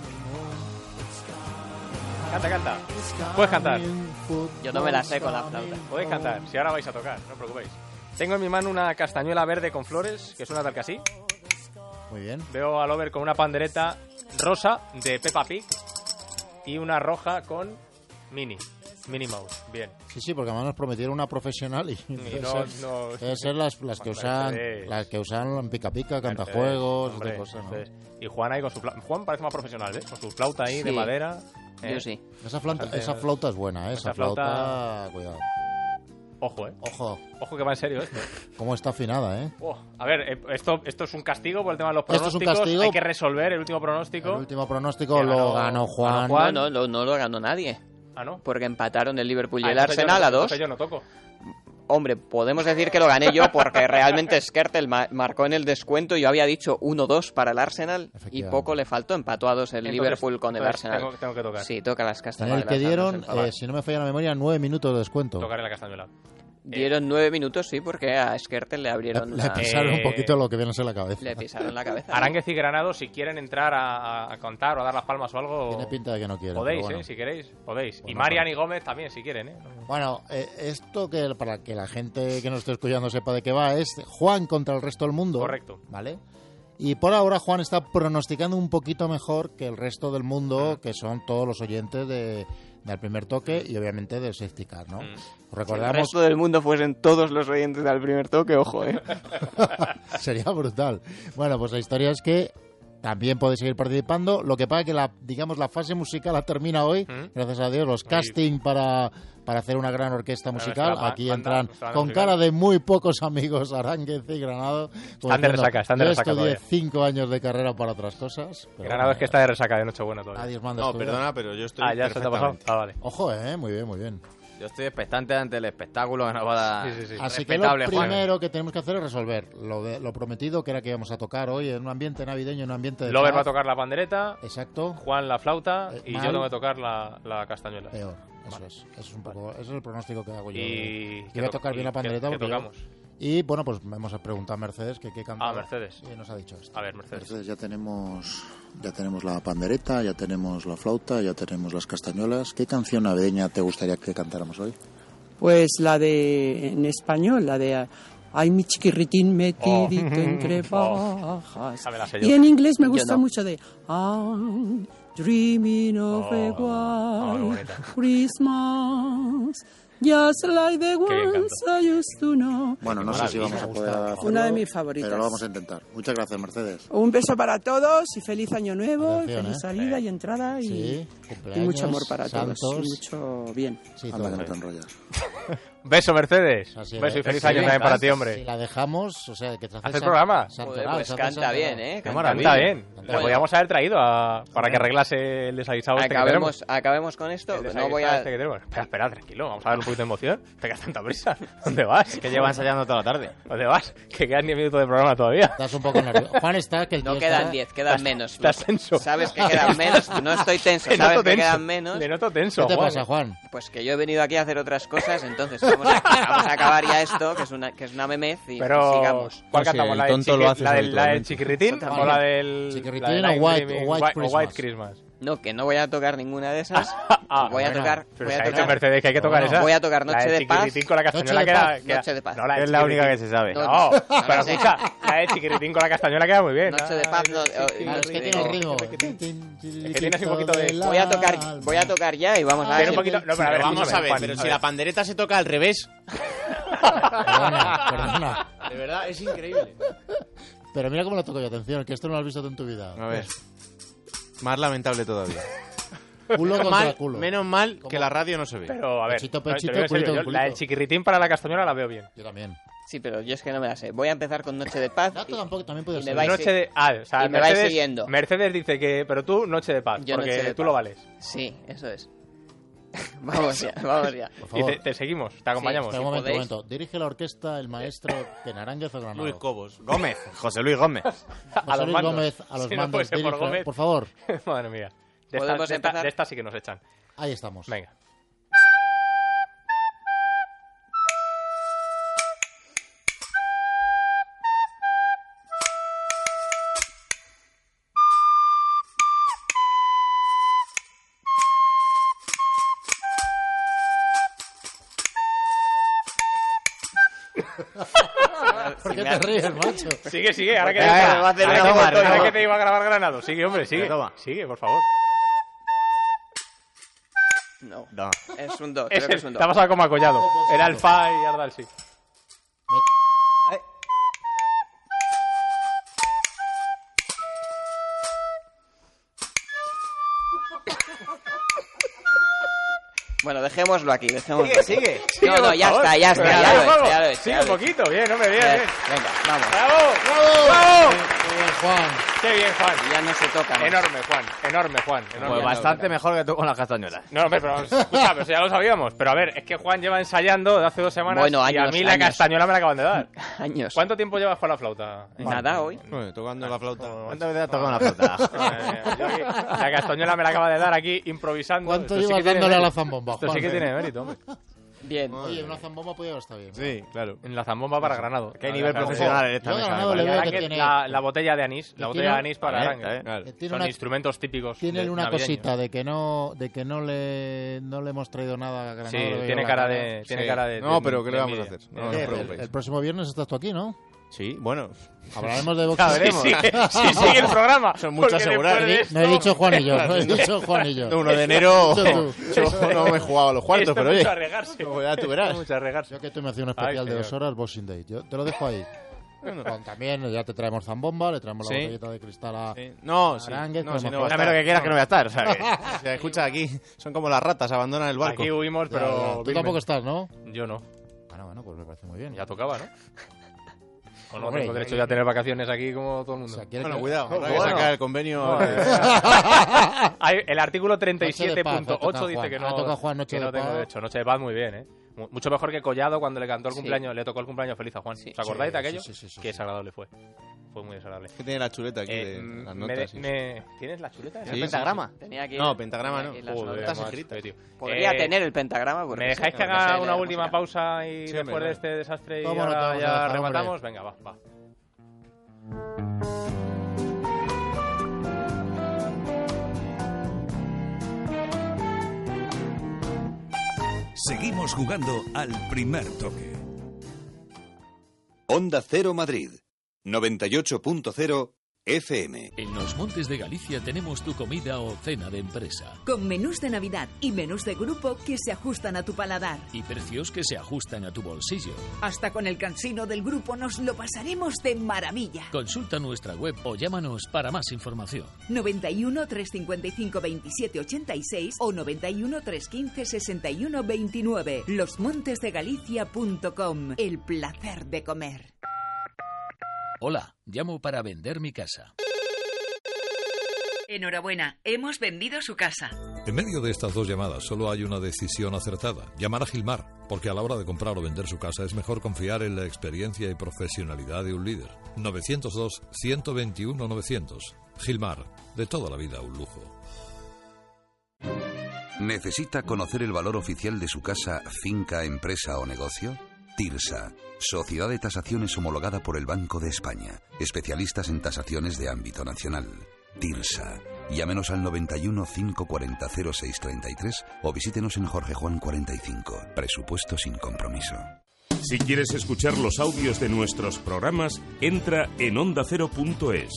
Canta, canta. Puedes cantar. Yo no me la sé con la flauta. Podéis cantar, si ahora vais a tocar, no os preocupéis. Tengo en mi mano una castañuela verde con flores, que suena tal que así. Muy bien. Veo al over con una pandereta rosa de Peppa Pig y una roja con Minnie. Minnie Mouse, bien. Sí, sí, porque además nos prometieron una profesional y, y debe, no, ser, no, debe ser las, las que usan Mercedes. Las que usan pica pica, cantajuegos, estas cosas, ¿no? Y Juan ahí con su flauta. Juan parece más profesional, ¿eh? Con su flauta ahí sí. de madera. ¿eh? Yo sí. Esa flauta, Bastante, esa flauta es buena, ¿eh? Esa, esa flauta, flauta, cuidado. Ojo, ¿eh? Ojo. Ojo que va en serio esto. ¿Cómo está afinada, eh? Oh, a ver, esto, esto es un castigo por el tema de los pronósticos. Esto es un castigo. Hay que resolver el último pronóstico. El último pronóstico ganó, lo ganó Juan. Ganó Juan. No, no, no lo ganó nadie. Ah, ¿no? Porque empataron el Liverpool y ah, el Arsenal no, a dos. yo no toco. Hombre, podemos decir que lo gané yo porque realmente Skrtel ma- marcó en el descuento. Yo había dicho uno dos para el Arsenal y poco le faltó. Empató a dos el entonces, Liverpool con el Arsenal. Tengo, tengo que tocar. Sí, toca las En castañuelas. el que dieron, eh, si no me falla la memoria, nueve minutos de descuento. Tocaré la castañuela. Dieron nueve minutos, sí, porque a Skrtel le abrieron le, la... le pisaron eh, un poquito lo que viene en la cabeza. Le pisaron la cabeza. Aránguez y Granado, si quieren entrar a, a contar o a dar las palmas o algo... Tiene pinta de que no quieren. Podéis, bueno. eh, si queréis, podéis. Bueno, y Marian para... y Gómez también, si quieren, eh. Bueno, eh, esto que para que la gente que nos esté escuchando sepa de qué va es Juan contra el resto del mundo. Correcto. ¿Vale? Y por ahora Juan está pronosticando un poquito mejor que el resto del mundo, que son todos los oyentes de... del primer toque y obviamente del safety car, ¿no? Mm. Recordamos... Si el resto del mundo fuesen todos los oyentes del primer toque, ojo, ¿eh? Sería brutal. Bueno, pues la historia es que también podéis seguir participando. Lo que pasa es que la, digamos, la fase musical la termina hoy, ¿Mm? gracias a Dios, los casting para, para hacer una gran orquesta musical. Nuestra, Aquí banda, entran con musical. Cara de muy pocos amigos, Aránguez y Granado. Están de resaca, están de resaca todavía. Yo estudié cinco años de carrera para otras cosas. Pero Granado bueno, es que está de resaca de Nochebuena todavía. Nadie os manda no, estudiar. perdona, pero yo estoy Ah, ya se te ha pasado. Ah, vale. Ojo, eh, muy bien, muy bien. Yo estoy expectante ante el espectáculo que nos va a dar. Sí, sí, sí. Así que lo primero Juan. que tenemos que hacer es resolver lo, de, lo prometido, que era que íbamos a tocar hoy en un ambiente navideño, en un ambiente de... Lover va a tocar la pandereta. Exacto. Juan la flauta. Eh, y mal. yo tengo que tocar la, la castañuela. Peor. Eso vale. es. Eso es un poco. Ese es el pronóstico que hago yo. Y, y voy a tocar bien la pandereta. ¿Qué, qué tocamos? Yo... Y bueno, pues hemos preguntado a Mercedes que qué canta. Ah, Mercedes. Y nos ha dicho esto. A ver, Mercedes. Mercedes, ya tenemos, ya tenemos la pandereta, ya tenemos la flauta, ya tenemos las castañuelas. ¿Qué canción navideña te gustaría que cantáramos hoy? Pues la de, en español, la de Ay, mi chiquirritín metidito Oh. entre Oh. bajas. Esa me la sé yo. Y en inglés me Yo gusta no. mucho de I'm dreaming of Oh. a Oh, qué white bonita. Christmas. Just like the Qué bien ones I used to know. Bueno, no sé si vamos a poder hacerlo, Una de mis favoritas. pero lo vamos a intentar. Muchas gracias, Mercedes. Un beso para todos y feliz año nuevo, Atención, feliz ¿eh? salida y entrada y, Sí, y cumpleaños, mucho amor para santos. todos y mucho bien. Sí, Anda, que no te enrollas. Beso, Mercedes. Así Beso y es. feliz Sí, año también para ti, Si hombre. la dejamos, o sea, que te ¿Hace el programa? Joder, pues canta bien, ¿eh? Qué Canta maravilla. bien. bien. Bueno. Le podíamos haber traído a- para que arreglase el desaguisado este que tenemos. Acabemos, acabemos con esto. El No voy desaguisado a... este que tenemos. Espera, espera, tranquilo. Vamos a ver un poquito de emoción. Tengas tanta prisa. ¿Dónde vas? Que lleva ensayando toda la tarde. ¿Dónde vas? Que quedan diez minutos de programa todavía. Estás un poco nervioso. Juan está, que el tío No quedan está- diez, quedan Estás- menos. estás tenso. Sabes que quedan menos. No estoy tenso. Le Sabes noto que tenso. quedan menos. Le noto tenso, ¿Qué te Juan. pasa, Juan? Pues que yo he venido aquí a hacer otras cosas, entonces vamos a, vamos a acabar ya esto, que es una, que es una memez, y Pero, sigamos. ¿cuál No, sí, cantamos? el ¿La del, tonto chiqui- lo haces la del, la del habitualmente. chiquirritín Eso o también. la del... Chiquirritín la del o I'm White- Dreaming- o White White- Christmas. White Christmas. No, que no voy a tocar ninguna de esas. Ah, voy a bueno, tocar... pero voy se a ha dicho tocar Mercedes que hay que tocar No, esa. Voy a tocar La Noche del de Paz. chiquirritín con la castañuela Noche de queda... Paz, queda- Noche de Paz. No, la del Es la única chiquirritín. que se sabe. No, No, no pero sé. escucha, la de chiquirritín con la castañuela queda muy bien. Noche de Ah, Paz, no, sí, eh, sí, no, Es que sí, tiene no. ritmo. Es que tiene así un poquito de... Voy a tocar, voy a tocar ya y vamos a Tiene ver. un poquito... No, pero a ver, Pero vamos escúchame, a ver, Juan, pero a si ver. la pandereta se toca al revés. Perdona, perdona. De verdad, es increíble. Pero mira cómo lo toco yo, atención, que esto no lo has visto tú en tu vida. A ver. Más lamentable todavía. Culo menos, contra mal, culo. menos mal que la radio no se ve. Pero, a ver, Pechito, no, te lo pechito, digo en serio, culito, yo culito. la del chiquirritín para la castañuela la veo bien. Yo también. Sí, pero yo es que no me la sé. Voy a empezar con Noche de Paz. Gato y- tampoco también puede y me ser. vais- Noche de... Ah, o sea, y me vais Mercedes, siguiendo. Mercedes dice que... Pero tú, Noche de Paz, Yo porque Noche de tú Paz. lo vales. Sí, eso es. Vamos ya, vamos ya. Por Y favor. te, te seguimos, te acompañamos. Espera un momento, un podéis. momento. Dirige la orquesta el maestro Penaránguez o Granado. Luis Cobos. Gómez. José Luis Gómez. José a los Luis mandos. Gómez a los Si no mandos. fuese por dirige, Gómez. por favor. Madre mía. De esta, ¿Podemos de, esta, empezar? de esta sí que nos echan. Ahí estamos. Venga. ¿Por qué te ríes, macho? Sigue, sigue, ahora que, Venga, ahora venga, va a hacer que una toma, ahora ritmo. que te iba a grabar Granado. Sigue, hombre, sigue. Toma. Sigue, por favor. No, No. es un do, Es creo que el, es un do. te ha pasado como a Collado. Era el Fa y Ardal, sí. Bueno, dejémoslo aquí, dejémoslo Sigue, aquí. sigue. No, no, ya está, ya está, Venga, ya dale, lo he hecho, vamos. ya lo he hecho, Sigue ya un lo he hecho. poquito, bien, hombre, bien, Ya, bien. Venga, vamos. ¡Bravo! ¡Bravo! Muy bien, Juan. ¡Qué bien, Juan! Ya no se toca más. Enorme, Juan. Enorme, Juan. Enorme. Pues bastante mejor que tú con las castañuelas. No, hombre, pero escucha, pero eso ya lo sabíamos. Pero a ver, es que Juan lleva ensayando de hace dos semanas Bueno, y a años, mí la años. castañuela me la acaban de dar. Años. ¿Cuánto tiempo llevas con la flauta? Nada hoy. Bueno, tocando la flauta. ¿Cuántas veces has tocado una flauta? Eh, yo aquí- la castañuela me la acaba de dar aquí improvisando. ¿Cuánto Esto sí llevas que tiene dándole a la mérito. zambomba, Esto Juan? sí que tiene mérito, hombre. Bien. Oye, una zambomba podría estar bien. Sí, claro. En la zambomba para Granado. Qué nivel profesional en esta Yo a mesa. Granado me le parece. veo que Arangue, tiene- la, la botella de anís. La que botella tiene- de anís para Está arangue. bien, está Claro. Que tiene Son una- instrumentos típicos. Tiene de- una navideños. cosita de que no de que no le no le hemos traído nada a Granado. Sí, le veo tiene la cara de. Tiene Sí. cara de No, de- pero ¿qué de le vamos a envidia. hacer? No, no El- os el, preocupéis. el próximo viernes estás tú aquí, ¿no? Sí, bueno. Hablaremos de boxeo. Ya veremos. Sí, sí, sigue el programa. Son mucho porque asegurar, después de ¿eh? esto- No he dicho Juan y yo, no he dicho Juan y yo. No, uno de enero Dicho tú. yo no me he jugado a los cuartos, Esto pero es oye. mucho arriesgarse. Pues ya tú verás. Esto es mucho arriesgarse. Yo que tú me hacía un especial Ay, de dos señor. horas, Boxing Day. Yo te lo dejo ahí. Con- también ya te traemos zambomba, le traemos la Sí. botellita de cristal a Sí. No, sí. Aránguez, No, si traemos no va a fiesta. Dame lo que quieras que no voy a estar. O sea, que- O sea, escucha, aquí son como las ratas, abandonan el barco. Aquí huimos, Ya, ya. pero. Tú Vilmen. tampoco estás, ¿no? Yo no. Bueno, bueno, pues me parece muy bien. Ya tocaba, ¿no? O no Hombre, tengo ya- derecho ya a tener vacaciones aquí como todo el mundo. O sea, ¿quieres Bueno, que- cuidado, habrá que Bueno. sacar el convenio. Joder. Hay- el artículo treinta y siete punto Noche de paz, ha ocho tocado dice Juan. que Ha no, tocado Juan, Noche que no de tengo paz. derecho. Noche de paz, muy bien, ¿eh? Mu- Mucho mejor que Collado cuando le cantó el Sí. cumpleaños, le tocó el cumpleaños feliz a Juan. ¿Os acordáis Sí, de aquello? sí, sí, sí, Qué sí. desagradable fue. Fue muy desagradable. Que tiene la chuleta aquí Eh, de mm, las me notas. de- y me- ¿Tienes la chuleta? Sí, ¿El sí, pentagrama? sí. Tenía aquí- No, pentagrama tenía no. aquí las Joder, notas. macho, escritas. tío. Podría Eh, tener el pentagrama. porque ¿Me sí, dejáis que no sé haga leer una la última música. pausa y Sí, después hombre, de este desastre y ¿Cómo no te ahora vamos a ya dejar, rematamos? hombre? Venga, va, va. Seguimos jugando al primer toque. Onda Cero Madrid, noventa y ocho punto cero F M. En los Montes de Galicia tenemos tu comida o cena de empresa. Con menús de Navidad y menús de grupo que se ajustan a tu paladar. Y precios que se ajustan a tu bolsillo. Hasta con el cansino del grupo nos lo pasaremos de maravilla. Consulta nuestra web o llámanos para más información. noventa y uno, trescientos cincuenta y cinco, veintisiete ochenta y seis o noventa y uno, trescientos quince, sesenta y uno veintinueve. los montes de galicia punto com. El placer de comer. Hola, llamo para vender mi casa. Enhorabuena, hemos vendido su casa. En medio de estas dos llamadas solo hay una decisión acertada: llamar a Gilmar, porque a la hora de comprar o vender su casa es mejor confiar en la experiencia y profesionalidad de un líder. novecientos dos, ciento veintiuno, novecientos. Gilmar, de toda la vida un lujo. ¿Necesita conocer el valor oficial de su casa, finca, empresa o negocio? TIRSA, Sociedad de Tasaciones homologada por el Banco de España. Especialistas en tasaciones de ámbito nacional. TIRSA. Llámenos al noventa y uno, cinco cuarenta, cero seis treinta y tres o visítenos en Jorge Juan cuarenta y cinco. Presupuesto sin compromiso. Si quieres escuchar los audios de nuestros programas, entra en onda cero punto es.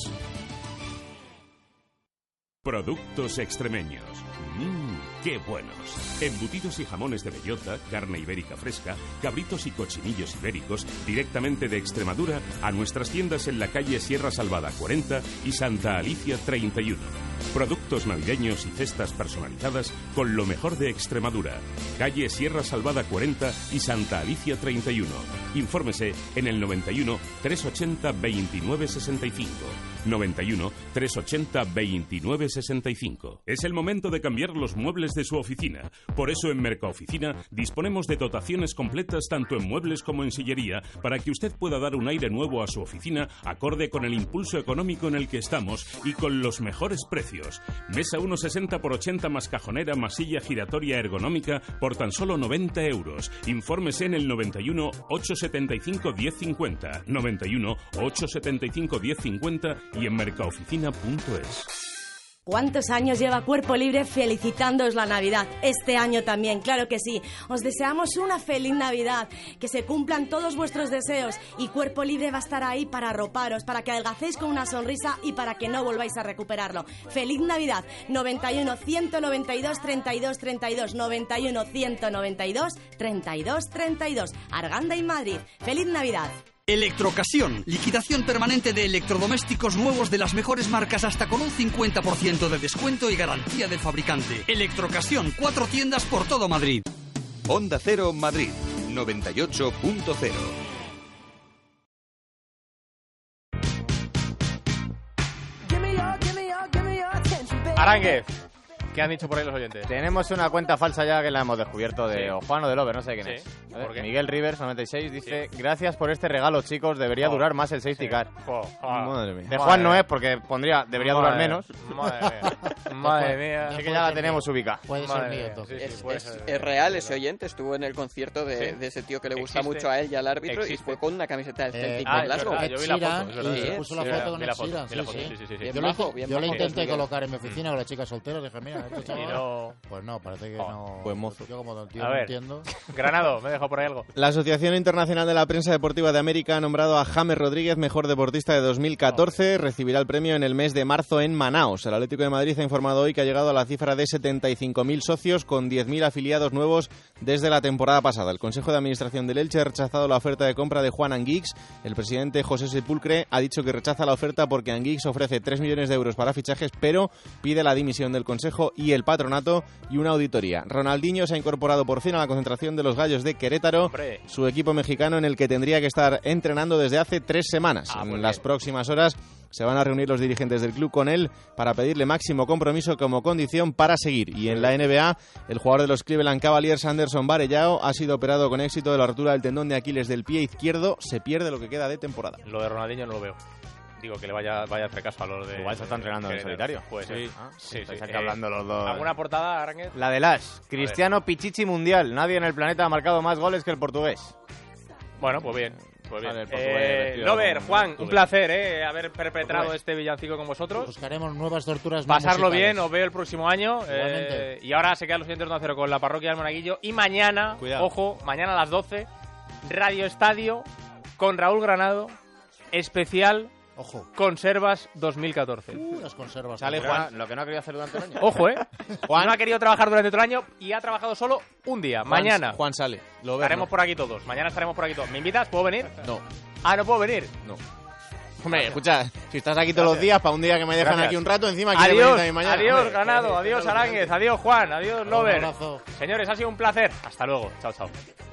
Productos extremeños. Mmm, qué buenos. Embutidos y jamones de bellota, carne ibérica fresca, cabritos y cochinillos ibéricos, directamente de Extremadura a nuestras tiendas en la calle Sierra Salvada cuarenta y Santa Alicia treinta y uno. Productos navideños y cestas personalizadas con lo mejor de Extremadura. Calle Sierra Salvada cuarenta y Santa Alicia treinta y uno. Infórmese en el noventa y uno, trescientos ochenta, veintinueve sesenta y cinco. noventa y uno, trescientos ochenta, veintinueve sesenta y cinco. Es el momento de cambiar los muebles de su oficina. Por eso en Mercaoficina disponemos de dotaciones completas tanto en muebles como en sillería para que usted pueda dar un aire nuevo a su oficina acorde con el impulso económico en el que estamos y con los mejores precios. Mesa uno sesenta por ochenta más cajonera más silla giratoria ergonómica por tan solo noventa euros. Infórmese en el noventa y uno, ochocientos setenta y cinco, diez cincuenta. noventa y uno, ochocientos setenta y cinco, diez cincuenta y en mercaoficina punto es. ¿Cuántos años lleva Cuerpo Libre felicitándoos la Navidad? Este año también, claro que sí. Os deseamos una feliz Navidad, que se cumplan todos vuestros deseos y Cuerpo Libre va a estar ahí para arroparos, para que adelgacéis con una sonrisa y para que no volváis a recuperarlo. ¡Feliz Navidad! noventa y uno, ciento noventa y dos, treinta y dos, treinta y dos, noventa y uno, ciento noventa y dos, treinta y dos, treinta y dos. Arganda y Madrid. ¡Feliz Navidad! Electrocasión, liquidación permanente de electrodomésticos nuevos de las mejores marcas hasta con un cincuenta por ciento de descuento y garantía del fabricante. Electrocasión, cuatro tiendas por todo Madrid. Onda Cero Madrid, noventa y ocho punto cero. Aránguez. ¿Qué han dicho por ahí los oyentes? Tenemos una cuenta falsa ya que la hemos descubierto de sí. Juan o de Lover, no sé quién es. Sí. A ver, Miguel Rivers, noventa y seis, dice: sí. Gracias por este regalo, chicos, debería oh. durar más el safety sí. car. Oh. Oh. Madre mía. De Juan Madre no es, porque pondría, debería Madre durar menos. Madre mía. Madre mía. Así que ya la tenemos ubicada. Puede ser mío, entonces. Es, sí, es, es real ese oyente, estuvo en el concierto de, ¿sí? de ese tío que le gusta ¿Existe? mucho a él y al árbitro ¿Existe? y fue con una camiseta del Celtic eh, de Glasgow. Ah, yo vi la foto, y se puso la foto con el Sheeran. Yo lo intenté colocar en mi oficina con la chica soltera, dije, mira, este chaval... Pues no, parece que no... Pues mozo. Yo como tío a no ver. entiendo. Granado, me dejó por ahí algo. La Asociación Internacional de la Prensa Deportiva de América ha nombrado a James Rodríguez mejor deportista de dos mil catorce. Recibirá el premio en el mes de marzo en Manaos. El Atlético de Madrid ha informado hoy que ha llegado a la cifra de setenta y cinco mil socios con diez mil afiliados nuevos desde la temporada pasada. El Consejo de Administración del Elche ha rechazado la oferta de compra de Juan Anguix. El presidente José Sepulcre ha dicho que rechaza la oferta porque Anguix ofrece tres millones de euros para fichajes, pero pide la dimisión del Consejo y el patronato y una auditoría. Ronaldinho se ha incorporado por fin a la concentración de los Gallos de Querétaro, ¡hombre! Su equipo mexicano en el que tendría que estar entrenando desde hace tres semanas. Ah, en las próximas horas se van a reunir los dirigentes del club con él para pedirle máximo compromiso como condición para seguir. Y en la N B A, el jugador de los Cleveland Cavaliers, Anderson Varejao, ha sido operado con éxito de la rotura del tendón de Aquiles del pie izquierdo. Se pierde lo que queda de temporada. Lo de Ronaldinho no lo veo. Digo, que le vaya, vaya a hacer caso a los de... Igual se está entrenando en solitario. Pues sí. Ah, sí, sí. Estáis Eh, hablando los dos. ¿Alguna portada, Aránguez? La de Lash. Cristiano Pichichi Mundial. Nadie en el planeta ha marcado más goles que el portugués. Bueno, pues bien. Pues bien. Vale, eh, Lover, Juan, un placer eh, haber perpetrado este villancico con vosotros. Buscaremos nuevas torturas. Pasarlo bien, os veo el próximo año. Eh, y ahora se quedan los siguientes de Onda Cero con la parroquia del Monaguillo. Y mañana, Cuidado. ojo, mañana a las doce, Radio Estadio con Raúl Granado, especial Ojo. Conservas dos mil catorce. Uh, las conservas. Sale Juan. Lo que no ha querido hacer durante el año. Ojo, ¿eh? Juan no ha querido trabajar durante todo el año y ha trabajado solo un día. Juan, Mañana. Juan sale. Lo estaremos por aquí todos. Mañana estaremos por aquí todos. ¿Me invitas? ¿Puedo venir? No. Ah, ¿no puedo venir? No. Hombre, escucha, si estás aquí todos los días, para un día que me dejan Gracias. aquí un rato, encima quieres Adiós, venir también mañana. adiós, Hombre, Granado, que- adiós, que- Aránguez, adiós, Juan, adiós, Un Lover. abrazo. Señores, ha sido un placer. Hasta luego. Chao, chao.